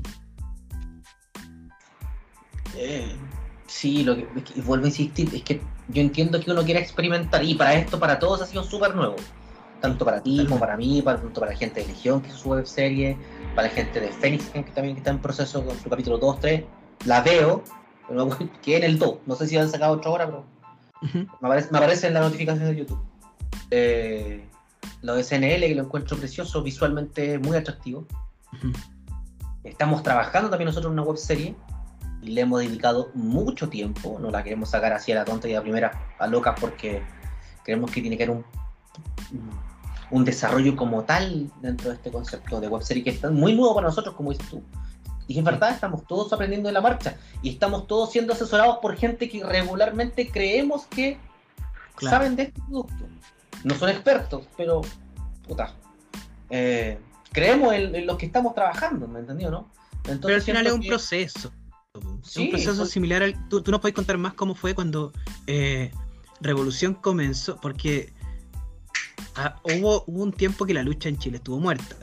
Eh, sí, lo que, es que- y vuelvo a insistir, es que yo entiendo que uno quiera experimentar y para esto, para todos ha sido súper nuevo. Sí, Tanto para ti como totalmente. para mí, para, tanto para la gente de Legión, que es su web serie, para la gente de Fénix, que también está en proceso con su capítulo dos tres. La veo, pero me quedé en el dos. No sé si han sacado otra hora, pero Ujú, me aparece, me aparece en la notificación de YouTube. Eh, lo de C N L, que lo encuentro precioso, visualmente muy atractivo. ujú. Estamos trabajando también nosotros en una web serie y le hemos dedicado mucho tiempo. No la queremos sacar así a la tonta y a la primera a locas porque creemos que tiene que haber un, un desarrollo como tal dentro de este concepto de web serie que es muy nuevo para nosotros, como dices tú. Y en Sí, verdad estamos todos aprendiendo de la marcha y estamos todos siendo asesorados por gente que regularmente creemos que claro. saben de este producto. No son expertos, pero puta, eh, creemos en, en los que estamos trabajando, ¿me entendió, no? Pero al Entonces final es siento un que proceso. Es un sí, proceso son, similar al. Tú, tú nos puedes contar más cómo fue cuando eh, Revolución comenzó, porque ah, hubo, hubo un tiempo que la lucha en Chile estuvo muerta.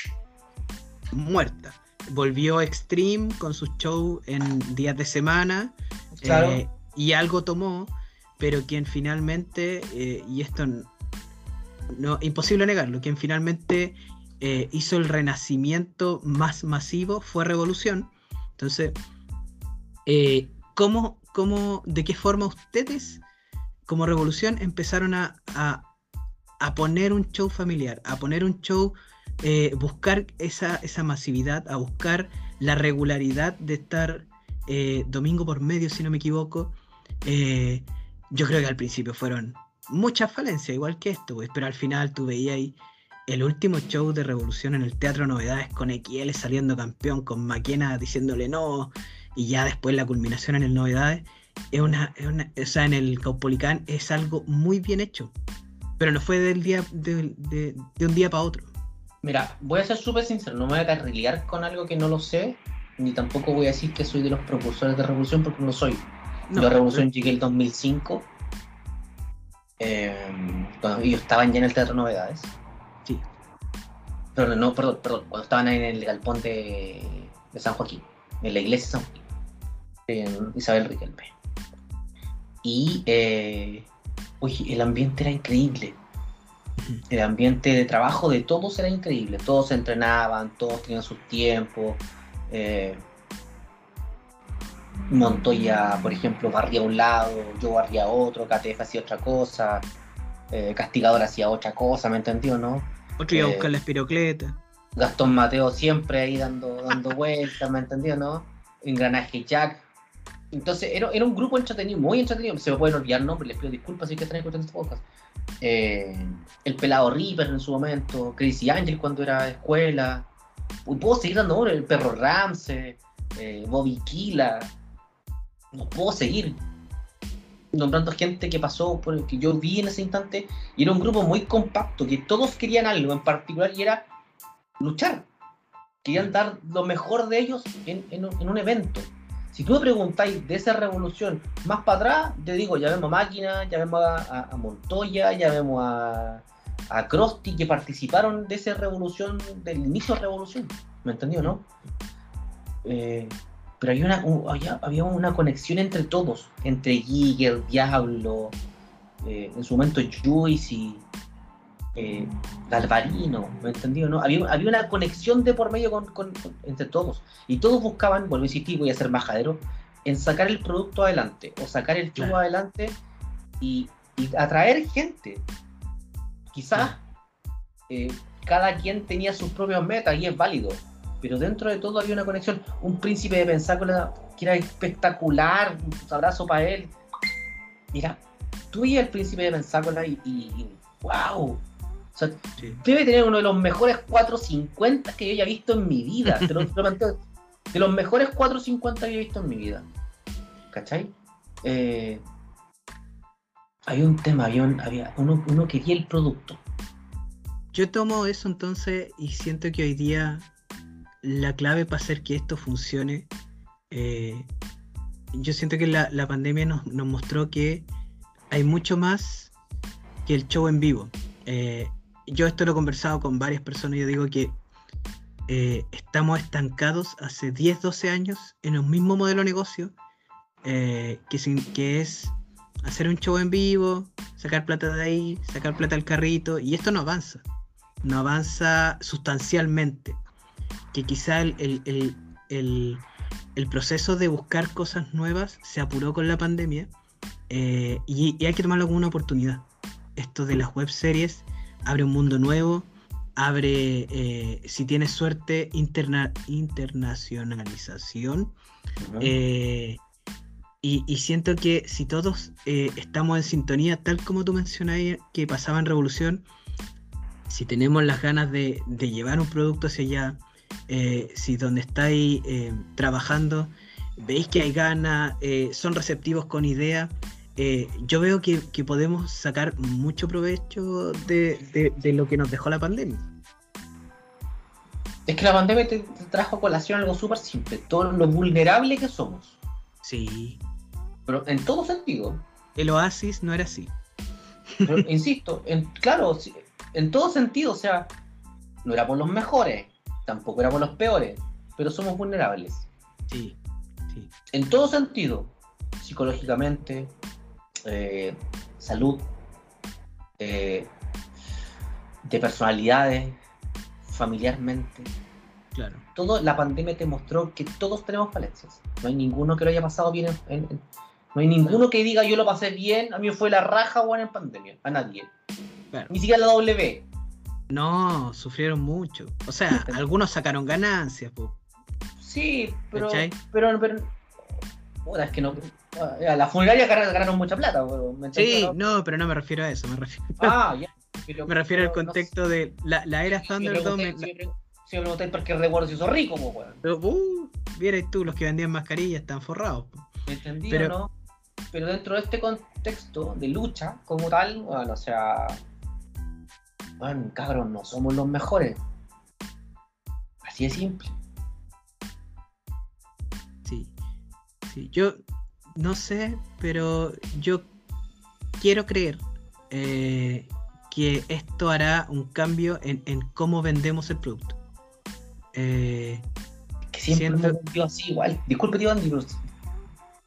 Muerta. Volvió Extreme con sus shows en días de semana, claro, eh, y algo tomó, pero quien finalmente, eh, y esto no, imposible negarlo, quien finalmente eh, hizo el renacimiento más masivo fue Revolución. Entonces, eh, ¿cómo, cómo, de qué forma ustedes, como Revolución, empezaron a, a, a poner un show familiar, a poner un show, eh, buscar esa, esa masividad, a buscar la regularidad de estar eh, domingo por medio, si no me equivoco? Eh, yo creo que al principio fueron muchas falencias, igual que esto, pues, pero al final tú veías ahí el último show de Revolución en el Teatro Novedades con X L saliendo campeón, con Maquena diciéndole no, y ya después la culminación en el Novedades, es una, es una, o sea, en el Caupolicán es algo muy bien hecho, pero no fue del día, de, de, de un día para otro. mira, voy a ser súper sincero, no me voy a carrilear con algo que no lo sé, ni tampoco voy a decir que soy de los propulsores de Revolución porque no soy. Yo a No, pero Revolución llegué el dos mil cinco, eh, cuando ellos estaban ya en el Teatro Novedades. sí. Perdón, no, perdón, perdón, cuando estaban ahí en el galpón de, de San Joaquín, en la iglesia de San Joaquín, en Isabel Riquelme. Y, eh, oye, el ambiente era increíble. El ambiente de trabajo de todos era increíble. Todos se entrenaban, todos tenían sus tiempos. Eh, Montoya, por ejemplo, barría a un lado, yo barría a otro, K T F hacía otra cosa, eh, Castigador hacía otra cosa, ¿me entendió, no? Otro iba a buscar Eh, la espirocleta. Gastón Mateo siempre ahí dando, dando vueltas, ¿me entendió, no? Engranaje Jack. Entonces era, era un grupo entretenido, muy entretenido. Se me pueden olvidar nombres, les pido disculpas si es que están escuchando este podcast. Eh, el pelado Reaper en su momento, Crazy Angel cuando era de escuela. Uy, puedo seguir dando nombres, el perro Ramsey, eh, Bobby Kila. No puedo seguir nombrando gente que pasó por el que yo vi en ese instante, y era un grupo muy compacto, que todos querían algo en particular y era luchar. Querían dar lo mejor de ellos en, en, un, en un evento. Si tú me preguntáis de esa revolución más para atrás, te digo, ya vemos a Máquina, ya vemos a, a, a Montoya, ya vemos a, a Krusty, que participaron de esa revolución, del inicio de la revolución. ¿Me entendió, no? Eh, pero había una, un, había, había una conexión entre todos, entre Giger, Diablo, eh, en su momento Juice y eh, Galvarino, ¿me entendió, no? Había, había una conexión de por medio con, con, con, entre todos, y todos buscaban, vuelvo a insistir, voy a ser majadero, en sacar el producto adelante, o sacar el show, claro, adelante, y, y atraer gente. Quizás eh, cada quien tenía sus propias metas, y es válido, pero dentro de todo había una conexión. Un Príncipe de Pensácola que era espectacular, un abrazo para él. Mira, tú y el Príncipe de Pensácola y, y, y wow. O sea, sí, debe tener uno de los mejores cuatrocientos cincuenta que yo haya visto en mi vida. Te lo, te lo de los mejores cuatrocientos cincuenta que he visto en mi vida. ¿Cachai? Eh, había un tema, había, un, había uno, uno quería el producto. Yo tomo eso entonces y siento que hoy día la clave para hacer que esto funcione, eh, yo siento que la, la pandemia nos, nos mostró que hay mucho más que el show en vivo. Eh, yo esto lo he conversado con varias personas y yo digo que eh, estamos estancados hace diez, doce años en un mismo modelo de negocio, eh, que, sin, que es hacer un show en vivo, sacar plata de ahí, sacar plata del carrito, y esto no avanza, no avanza sustancialmente. Que quizá el, el, el, el, el proceso de buscar cosas nuevas se apuró con la pandemia, eh, y, y hay que tomarlo como una oportunidad. Esto de las web series abre un mundo nuevo, abre, eh, si tienes suerte, interna, internacionalización, uh-huh. eh, y, y siento que si todos eh, estamos en sintonía, tal como tú mencionabas que pasaba en Revolución, si tenemos las ganas de, de llevar un producto hacia allá, Eh, si donde estáis eh, trabajando veis que hay ganas, eh, son receptivos con ideas, eh, yo veo que, que podemos sacar mucho provecho de, de, de lo que nos dejó la pandemia. Es que la pandemia te, te trajo a colación algo súper simple, todo lo vulnerable que somos. Sí. Pero en todo sentido. El Oasis no era así. Pero insisto, en, claro, en todo sentido, o sea, no éramos los mejores, tampoco éramos los peores, pero somos vulnerables. Sí, sí. En todo sentido, psicológicamente, eh, salud, eh, de personalidades, familiarmente. Claro. Todo, la pandemia te mostró que todos tenemos falencias. No hay ninguno que lo haya pasado bien en, en, en, no hay ninguno que diga yo lo pasé bien, a mí fue la raja o en pandemia. A nadie. Claro. Ni siquiera la W. No, sufrieron mucho. O sea, algunos sacaron ganancias, po. Sí, pero, pero, pero, pero es que no. Las funerarias ganaron mucha plata, ¿me sí, ¿no? No, pero no me refiero a eso, me refiero. Ah, ya. Pero, me refiero pero, al contexto no sé. de la, la era Thunderdome. Si me preguntáis por qué Recuerdo se hizo rico, po, weón. Pero, uh, vierais tú, los que vendían mascarillas están forrados, po. ¿Entendí pero, no? Pero dentro de este contexto de lucha como tal, bueno, o sea. Bueno, cabrón, no somos los mejores. Así de simple. Sí, sí. Yo no sé, pero yo quiero creer eh, que esto hará un cambio en, en cómo vendemos el producto. Eh, que siempre siento... se ha vendido así igual. Disculpe, tío Andy, pero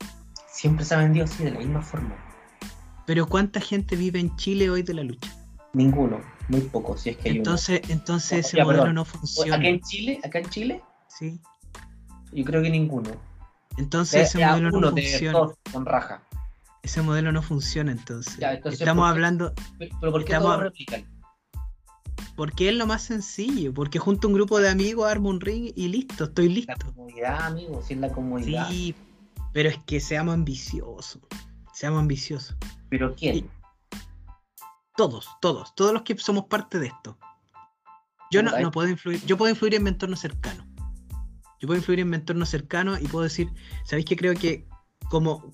siempre se ha vendido así, de la misma forma. Pero ¿cuánta gente vive en Chile hoy de la lucha? Ninguno, muy poco, si es que hay Entonces, uno. entonces Oh, ese ya, modelo perdón. no Acá funciona. en Chile, acá en Chile, ¿Sí? yo creo que ninguno. Entonces De, ese de a modelo no uno de funciona. dos con raja. Ese modelo no funciona entonces. Ya, entonces, Estamos ¿por qué? hablando, Pero ¿por qué todos lo estamos, replican? porque es lo más sencillo, porque junto a un grupo de amigos armo un ring y listo, estoy La listo. comodidad, amigo, si es la comodidad. Sí, pero es que seamos ambiciosos, seamos ambiciosos. ¿Pero Y quién? todos, todos, todos los que somos parte de esto. Yo no, Puta, no puedo influir, yo puedo influir en mi entorno cercano. Yo puedo influir en mi entorno cercano y puedo decir, ¿sabéis qué? Creo que como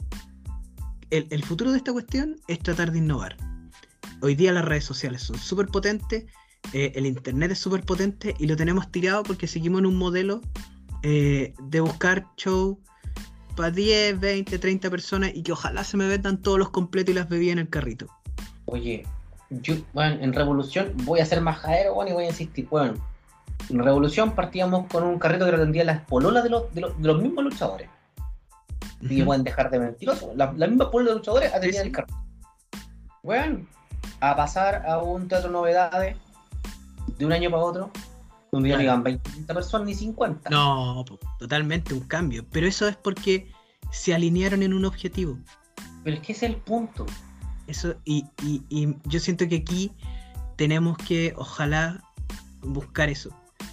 el, el futuro de esta cuestión es tratar de innovar. Hoy día las redes sociales son súper potentes, eh, el internet es súper potente y lo tenemos tirado porque seguimos en un modelo eh, de buscar show para diez, veinte, treinta personas y que ojalá se me vendan todos los completos y las bebidas en el carrito. Oye, yo, bueno, en Revolución voy a ser majadero, bueno, y voy a insistir. Bueno, en Revolución partíamos con un carrito que atendía las pololas de los, de los, de los mismos luchadores. Y Ujú. pueden dejar de mentirosos. La, la misma polola de luchadores Sí, atendían sí. el carrito. Bueno, a pasar a un teatro novedades de un año para otro, donde ya no Claro. iban veinte, treinta personas ni cincuenta. No, po, totalmente un cambio. Pero eso es porque se alinearon en un objetivo. Pero es que ese es el punto. Eso, y, y, y yo siento que aquí tenemos que, ojalá, buscar eso.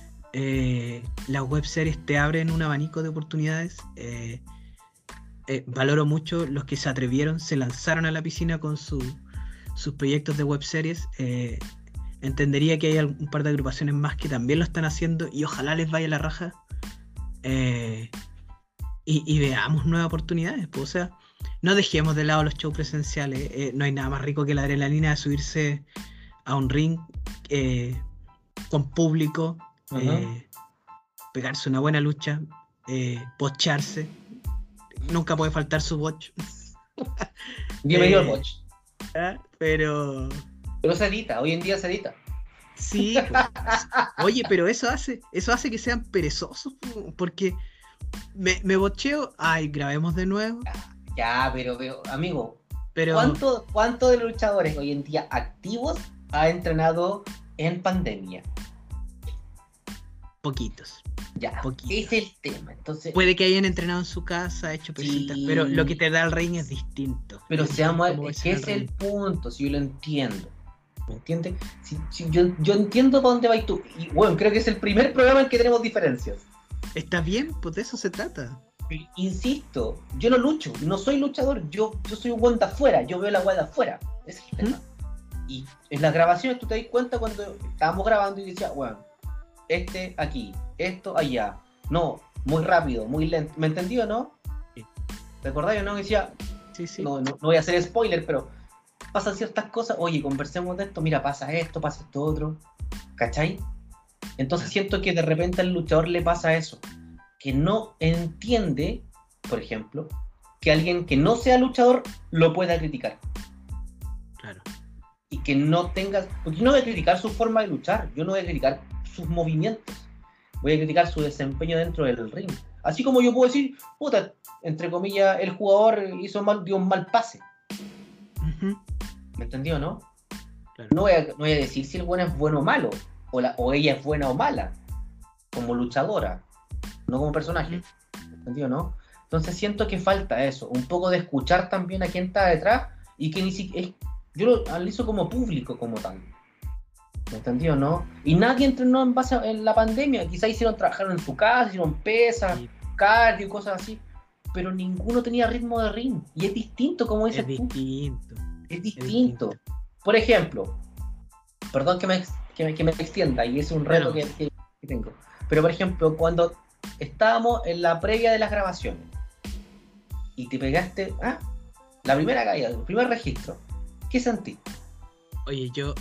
Eh, las web series te abren un abanico de oportunidades. Eh, eh, valoro mucho los que se atrevieron, se lanzaron a la piscina con su, sus proyectos de web series. Eh, entendería que hay un par de agrupaciones más que también lo están haciendo y ojalá les vaya la raja. Eh, y, y veamos nuevas oportunidades. Pues, o sea, no dejemos de lado los shows presenciales. Eh, no hay nada más rico que la adrenalina de subirse a un ring eh, con público, Ujú. eh, pegarse una buena lucha, eh, bocharse. Nunca puede faltar su botch. Bienvenido Eh, al watch. ¿ah? Pero Pero se edita, hoy en día se edita. sí, pues. Oye, pero eso hace, eso hace que sean perezosos, po, porque me, me bocheo, ay, grabemos de nuevo, Ya, pero, pero amigo, pero ¿cuánto, ¿cuánto de luchadores hoy en día activos ha entrenado en pandemia? poquitos. Ya, Poquito. ese es el tema. Entonces, Puede que hayan entrenado en su casa, hecho pesitas, Sí. pero lo que te da el ring es distinto. pero Es seamos, distinto es moverse que en ese es el ring. punto, si yo lo entiendo. ¿Me entiendes? Si, si yo, yo entiendo para dónde vas tú. Y bueno, creo que es el primer programa en que tenemos diferencias. Está bien, pues de eso se trata. Pero, insisto, yo no lucho, no soy luchador, yo, yo soy un guan de afuera, yo veo la guay de afuera. Ese es el tema. Y en las grabaciones tú te das cuenta cuando estábamos grabando y decías, bueno, este aquí, esto allá. No, muy rápido, muy lento. ¿Me entendió, no? Sí. ¿Te acordás o no? Decía, Sí, sí. no, no, no voy a hacer spoiler, pero pasan ciertas cosas, oye, conversemos de esto, mira, pasa esto, pasa esto otro, ¿cachai? Entonces siento que de repente al luchador le pasa eso, que no entiende, por ejemplo, que alguien que no sea luchador lo pueda criticar. Claro. Y que no tenga, porque yo no voy a criticar su forma de luchar, yo no voy a criticar sus movimientos, voy a criticar su desempeño dentro del ring. Así como yo puedo decir, puta, entre comillas, el jugador hizo mal, dio un mal pase. Ujú. ¿Me entendió, no? Claro. No voy, a, no voy a decir si el bueno es bueno o malo, o, la, o ella es buena o mala, como luchadora, no como personaje. Ujú. ¿Me entendió, no? Entonces siento que falta eso, un poco de escuchar también a quien está detrás y que ni siquiera, yo lo analizo como público como tal. ¿Me entendió, no? Y nadie entrenó en base a, en la pandemia, quizás hicieron, trabajaron en su casa, hicieron pesas, Sí, cardio, cosas así, pero ninguno tenía ritmo de ring, y es distinto como dices es tú. distinto. Es Es distinto. distinto. Por ejemplo, perdón que me, que me, que me extienda, y es un reto Claro. que, que, que tengo. Pero, por ejemplo, cuando estábamos en la previa de las grabaciones y te pegaste, ah, la primera caída, el primer registro, ¿qué sentiste? Oye, yo.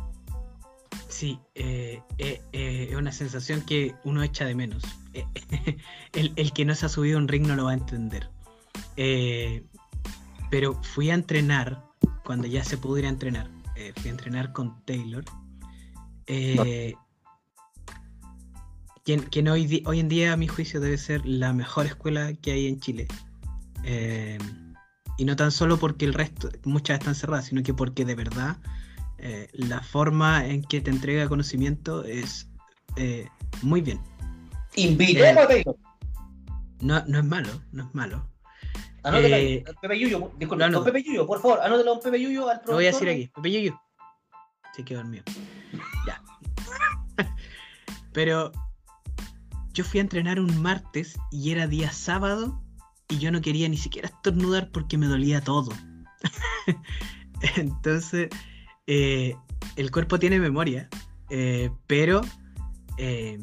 Sí, eh, eh, eh, es una sensación que uno echa de menos. Eh, el, el que no se ha subido a un ring no lo va a entender. Eh, pero fui a entrenar cuando ya se pudo ir a entrenar. Eh, fui a entrenar con Taylor. Eh, quien, quien hoy, di- hoy en día, a mi juicio, debe ser la mejor escuela que hay en Chile. Eh, y no tan solo porque el resto, muchas están cerradas, sino que porque de verdad Eh, la forma en que te entrega conocimiento es eh, muy bien. Invitemos a Taylor. No, no es malo, no es malo. Anótelo Eh, ahí, Pepe Yuyo, disculpe, no, don no. Pepe Yuyo, por favor, anótelo a don Pepe Yuyo al productor. Lo voy a decir aquí, Pepe Yuyo. Se quedó dormido. Ya. Pero yo fui a entrenar un martes y era día sábado y yo no quería ni siquiera estornudar porque me dolía todo. Entonces, eh, el cuerpo tiene memoria, eh, pero eh,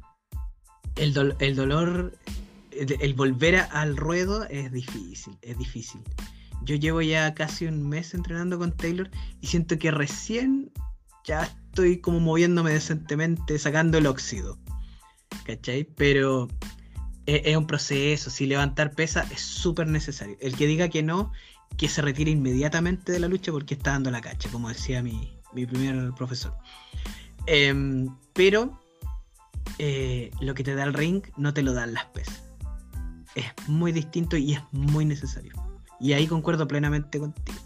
el, do- el dolor, el, el volver a- al ruedo es difícil, es difícil. Yo llevo ya casi un mes entrenando con Taylor y siento que recién ya estoy como moviéndome decentemente, sacando el óxido, ¿cachai? Pero es, es un proceso, si levantar pesa es súper necesario. El que diga que no, que se retire inmediatamente de la lucha porque está dando la cacha, como decía mi, mi primer profesor. Em, pero eh, lo que te da el ring no te lo dan las pesas. Es muy distinto y es muy necesario. Y ahí concuerdo plenamente contigo.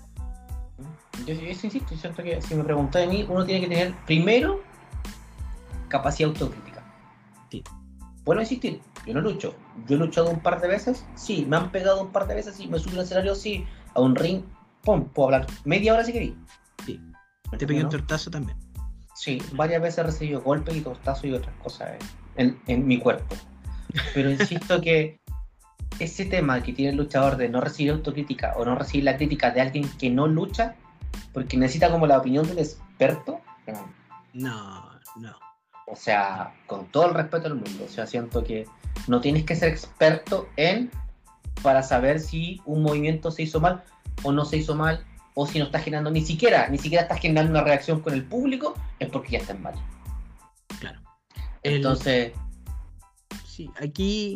Yo, yo eso insisto, siento que si me preguntas de mí, uno tiene que tener primero capacidad autocrítica. Sí. Bueno, insistir, yo no lucho. Yo he luchado un par de veces, sí, me han pegado un par de veces, sí, me subo al escenario, sí, a un ring, pum, puedo hablar media hora si queréis. Sí. ¿Me Te pegué un entiendes, no? tortazo también. Sí, varias veces he recibido golpes y tortazos y otras cosas en, en mi cuerpo. Pero insisto que ese tema que tiene el luchador de no recibir autocrítica o no recibir la crítica de alguien que no lucha, porque necesita como la opinión del experto, No, no. o sea, con todo el respeto del mundo, o sea, siento que no tienes que ser experto en para saber si un movimiento se hizo mal o no se hizo mal, o si no está generando ni siquiera, ni siquiera estás generando una reacción con el público, es porque ya está mal. Claro. Entonces, el, sí, aquí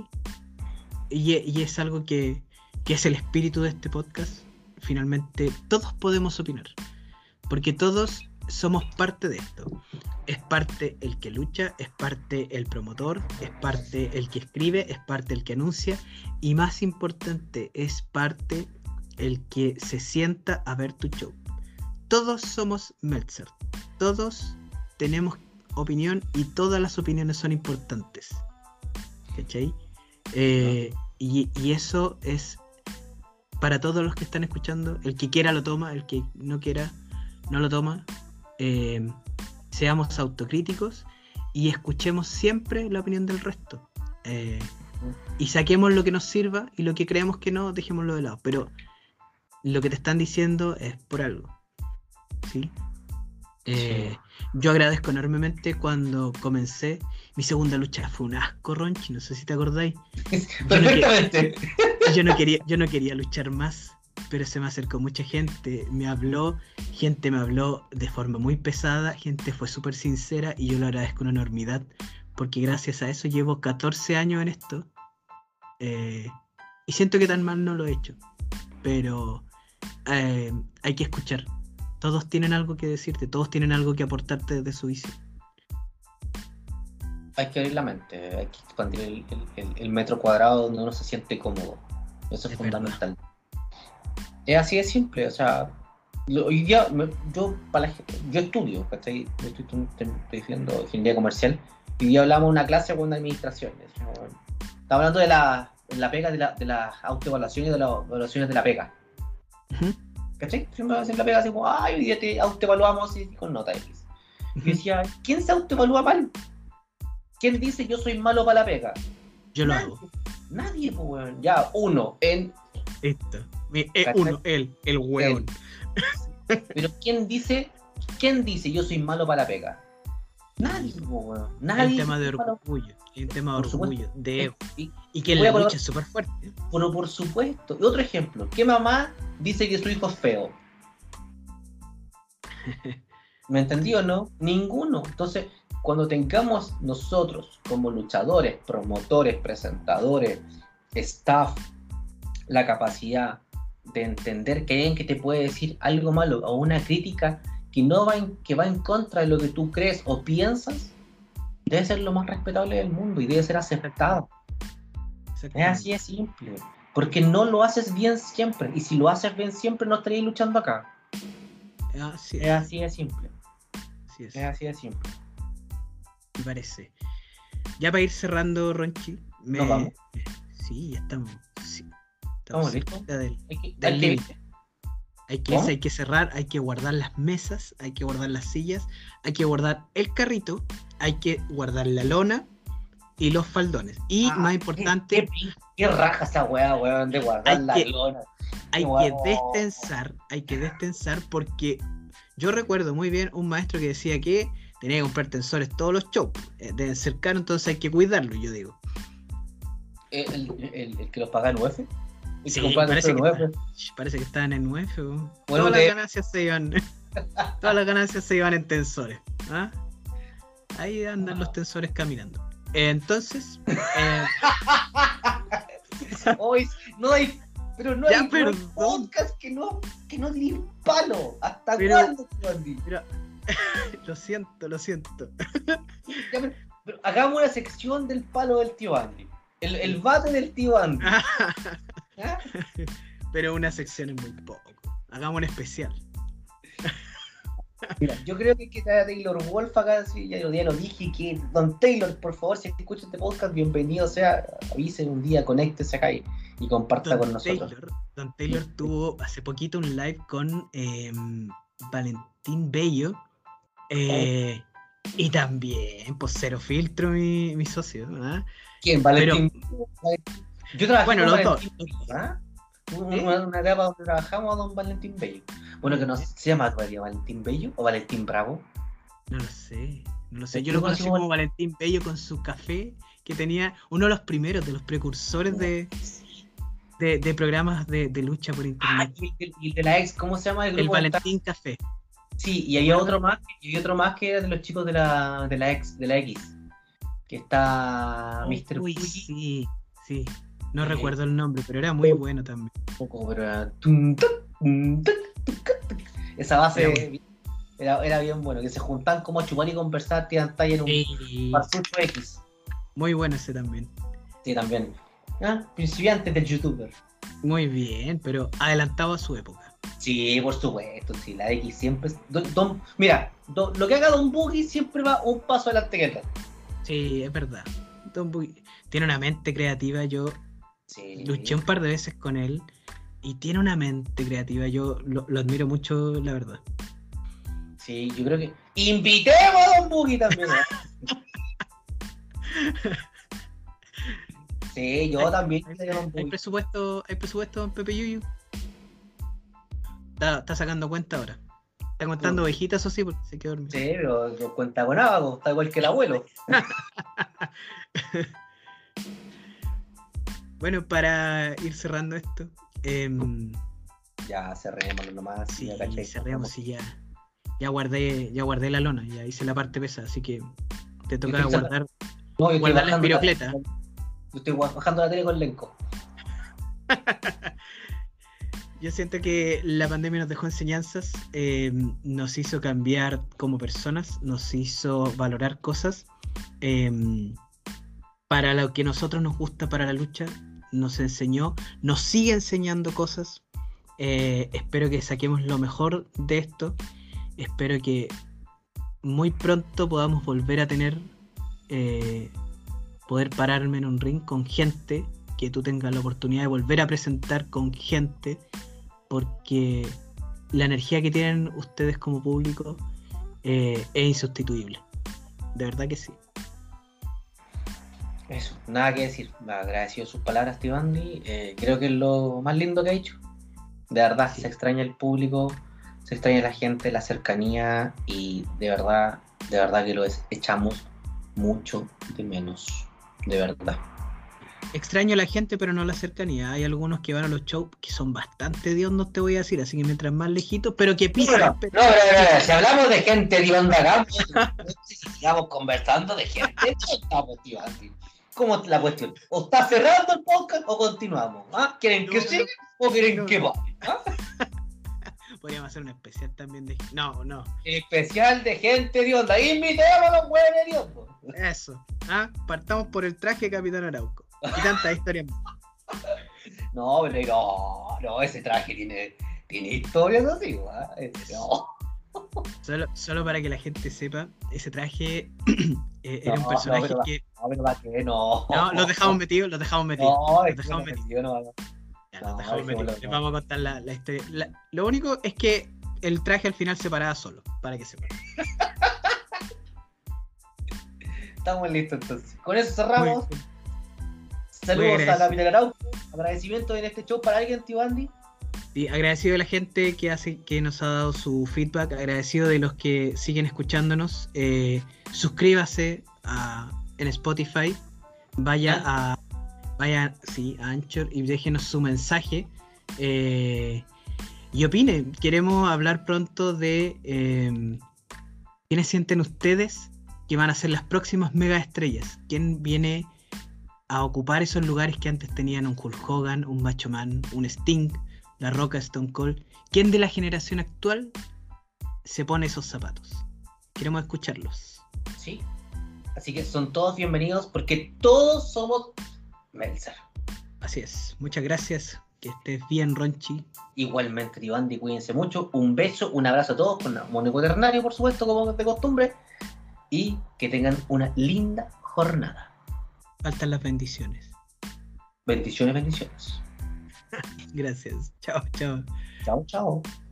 y, y es algo que, que es el espíritu de este podcast. Finalmente, todos podemos opinar, porque todos somos parte de esto. Es parte el que lucha, es parte el promotor, es parte el que escribe, es parte el que anuncia, y más importante, es parte el que se sienta a ver tu show. Todos somos Meltzer, todos tenemos opinión y todas las opiniones son importantes, ¿cachai? Eh, y, y eso es para todos los que están escuchando. El que quiera lo toma, el que no quiera no lo toma. Eh, seamos autocríticos y escuchemos siempre la opinión del resto, eh, y saquemos lo que nos sirva y lo que creemos que no, dejémoslo de lado. Pero lo que te están diciendo es por algo, ¿sí? Eh, sí. Yo agradezco enormemente cuando comencé. Mi segunda lucha fue un asco, Ronchi, no sé si te acordáis. Perfectamente. Yo no, quería, yo no quería luchar más, pero se me acercó mucha gente, me habló, gente me habló de forma muy pesada, gente fue súper sincera y yo lo agradezco una enormidad, porque gracias a eso llevo catorce años en esto, eh, y siento que tan mal no lo he hecho, pero eh, hay que escuchar. Todos tienen algo que decirte, todos tienen algo que aportarte desde su visión. Hay que abrir la mente, hay que expandir el, el, el, el metro cuadrado donde uno se siente cómodo. Eso es, es fundamental. Verdad. Es así de simple, o sea, lo, hoy día yo, para la, yo estudio, ¿cachai? Yo estoy, estoy, estoy estudiando ingeniería comercial y hoy hablamos una clase con administración. Estamos hablando de la, la pega, de, la, de las autoevaluaciones y de las evaluaciones de la pega. Uh-huh. ¿Cachai? Siempre hacen la pega así como, ay, hoy día te autoevaluamos y con nota X. Uh-huh. Y decía, ¿quién se autoevalúa mal? ¿Quién dice yo soy malo para la pega? Yo nadie, lo hago. Nadie, pues, weón. Ya, uno, en... Esto. Eh, uno, él, el weón. Pero ¿quién dice, quién dice yo soy malo para la pega? Nadie, pues, weón. Nadie. Es un tema de orgullo. Es un tema de por orgullo, supuesto. de ego. Y, y que en la lucha es súper fuerte. Pero por supuesto. Y otro ejemplo. ¿Qué mamá dice que su hijo es feo? ¿Me entendió o no? Ninguno. Entonces, cuando tengamos nosotros como luchadores, promotores, presentadores, staff, la capacidad de entender que hay alguien que te puede decir algo malo o una crítica que no va en, que va en contra de lo que tú crees o piensas, debe ser lo más respetable del mundo y debe ser aceptado. Es así de simple. Porque no lo haces bien siempre. Y si lo haces bien siempre, no estarías luchando acá. Así Es es. así de simple. Así es. Es así de simple. Me parece. Ya para ir cerrando, Ronchi. Me... ¿Nos vamos? Sí, ya estamos. Sí, ¿Estamos cerca listos? del, Hay que, del hay que- límite. Hay que ¿Cómo? irse, hay que cerrar, hay que guardar las mesas, hay que guardar las sillas, hay que guardar el carrito, hay que guardar la lona y los faldones. Y Ah, más qué- importante, Qué, qué, qué raja esa weá, weón, de guardar Hay la que- lona. hay Qué que weá. destensar, hay que destensar porque yo recuerdo muy bien un maestro que decía que tenía que comprar tensores todos los shows, eh, deben ser caros, entonces hay que cuidarlo, yo digo. ¿El, el, el, el que los paga en U F? ¿El Sí, que compra parece en que, U F? está- parece que estaban en U F. o- Bueno, todas te- las ganancias se iban, todas las ganancias se iban en tensores. ¿Ah? Ahí andan los tensores caminando. Entonces, eh, Hoy no hay, pero no Ya, hay, no hay perdón. podcast que no, que no tiene un palo. ¿Hasta Pero- cuándo, Andy? pero, lo siento, lo siento. Ya, pero, pero hagamos una sección del palo del tío Andy. El, el bate del tío Andy. ¿Ya? Pero una sección es muy poco. Hagamos un especial. Mira, yo creo que hay que traer a Taylor Wolf acá, sí, ya, lo- ya lo dije, que Don Taylor, por favor, si escucha este podcast, bienvenido sea, avise un día, conéctese acá y, y comparta Don con nosotros. Taylor, Don Taylor tuvo hace poquito un live con eh, Valentín Bello. eh, y también, pues cero filtro, mi, mi socio. ¿Ah? ¿Quién? Valentín. Yo trabajé Bueno, con los Valentín dos. Bello, ¿ah? Una, ¿Sí? una, una etapa donde trabajamos a Don Valentín Bello. Bueno, que no sé, ¿se llama todavía Valentín Bello o Valentín Bravo? No lo sé, no lo sé. Yo Yo lo conocí conocí como- como Valentín Bello con su café, que tenía uno de los primeros, de los precursores de, de, de programas de, de lucha por Ah, internet. y el, y el de la ex, ¿cómo se llama el El grupo? Valentín Café. Sí, y había otro más, y había otro más que era de los chicos de la, de la ex, de la X. Que está mister Uy, Fuji, sí, sí. No Eh, recuerdo el nombre, pero era muy bueno también. un poco, pero era tum, tuc, tum, tuc, tuc, tuc. Esa base Era bueno. era, era bien bueno, que se juntan como a chupar y conversar, tiran talla en un Sí, parsucho X. muy bueno ese también. Sí, también. ¿Ah? Principiantes del youtuber. Muy bien, pero adelantado a su época. Sí, por supuesto, sí, la X siempre es. Don, Don- mira, Don- lo que haga Don Boogie siempre va un paso adelante que el resto. Sí, es verdad. Don Bui- tiene una mente creativa. Yo Sí. luché un par de veces con él y tiene una mente creativa. Yo lo, lo admiro mucho, la verdad. Sí, yo creo que. ¡Invitemos a Don Boogie también! ¿eh? Sí, yo también. ¿Hay, quería a Don hay Boogie. presupuesto, hay presupuesto, don Pepe Yuyu? Está, está sacando cuenta ahora. Está contando Uy. ovejitas, o sí, porque se quedó dormido. Sí, pero no cuenta con nada, está igual que el abuelo. Bueno, para ir cerrando esto, em, Ya cerrémoslo nomás. sí, ya, ¿cachai? cerremos y ya, ya guardé, ya guardé la lona, ya hice la parte pesada, así que te toca estoy guardar. No, yo estoy guardar la bajando la, espirocleta. yo estoy bajando la tele con Lenco. Yo siento que la pandemia nos dejó enseñanzas, eh, nos hizo cambiar como personas, nos hizo valorar cosas. eh, para lo que a nosotros nos gusta para la lucha, nos enseñó, nos sigue enseñando cosas. Eh, espero que saquemos lo mejor de esto. Espero que muy pronto podamos volver a tener, eh, poder pararme en un ring con gente, que tú tengas la oportunidad de volver a presentar con gente, porque la energía que tienen ustedes como público eh, es insustituible. De verdad que sí. Eso, nada que decir. Agradecido sus palabras, tío Andy. Eh, creo que es lo más lindo que ha hecho. De verdad, Sí. se extraña el público, se extraña la gente, la cercanía y de verdad, de verdad que lo es- echamos mucho de menos. De verdad. Extraño a la gente, pero no la cercanía. Hay algunos que van a los shows que son bastante hediondos, te voy a decir, así que mientras más lejitos, pero que No, pisan. no, no, pero- no, no, no, si hablamos de gente de onda Gamos, no sé si sigamos conversando de gente de estamos, tío Andy. ¿Cómo es la cuestión? ¿O está cerrando el podcast o continuamos? ¿Ah? ¿Quieren que No, no, siga o quieren no, que no. pare? ¿Ah? Podríamos hacer un especial también de. No, no. Especial de gente de onda. Invitemos a los hueones de onda. Eso. ¿Ah? Partamos por el traje de Capitán Arauco. Y tantas historias más. No, pero no, no, ese traje tiene, tiene historias así, ¿ah? Ese- no. Solo, solo para que la gente sepa, ese traje eh, era No, un personaje no, que. no, ¿verdad que no? No, los dejamos metidos, los dejamos metidos. No, Los es que dejamos no, metidos. yo no hago. Ya, No, los dejamos dejémoslo, metidos. Les no. vamos a contar la, la historia. La- lo único es que el traje al final se paraba solo, para que sepan. Estamos listos entonces. Con eso Muy cerramos. bien. Saludos Muy a Capital Arauco. Agradecimiento en este show para alguien, tío Andy. Y agradecido de la gente que hace, que nos ha dado su feedback, agradecido de los que siguen escuchándonos. Eh, suscríbase a, en Spotify, vaya a, vaya, sí, a Anchor y déjenos su mensaje. Eh, y opinen. Queremos hablar pronto de eh, quiénes sienten ustedes que van a ser las próximas mega estrellas. ¿Quién viene a ocupar esos lugares que antes tenían un Hulk Hogan, un Macho Man, un Sting, La Roca, Stone Cold? ¿Quién de la generación actual se pone esos zapatos? Queremos escucharlos. Sí. Así que son todos bienvenidos porque todos somos Meltzer. Así es. Muchas gracias. Que estés bien, Ronchi. Igualmente, tío Andy, cuídense mucho. Un beso, un abrazo a todos con amor cuaternario, por supuesto, como de costumbre. Y que tengan una linda jornada. Faltan las bendiciones. Bendiciones, bendiciones. Gracias. Chao, chao. Chao, chao.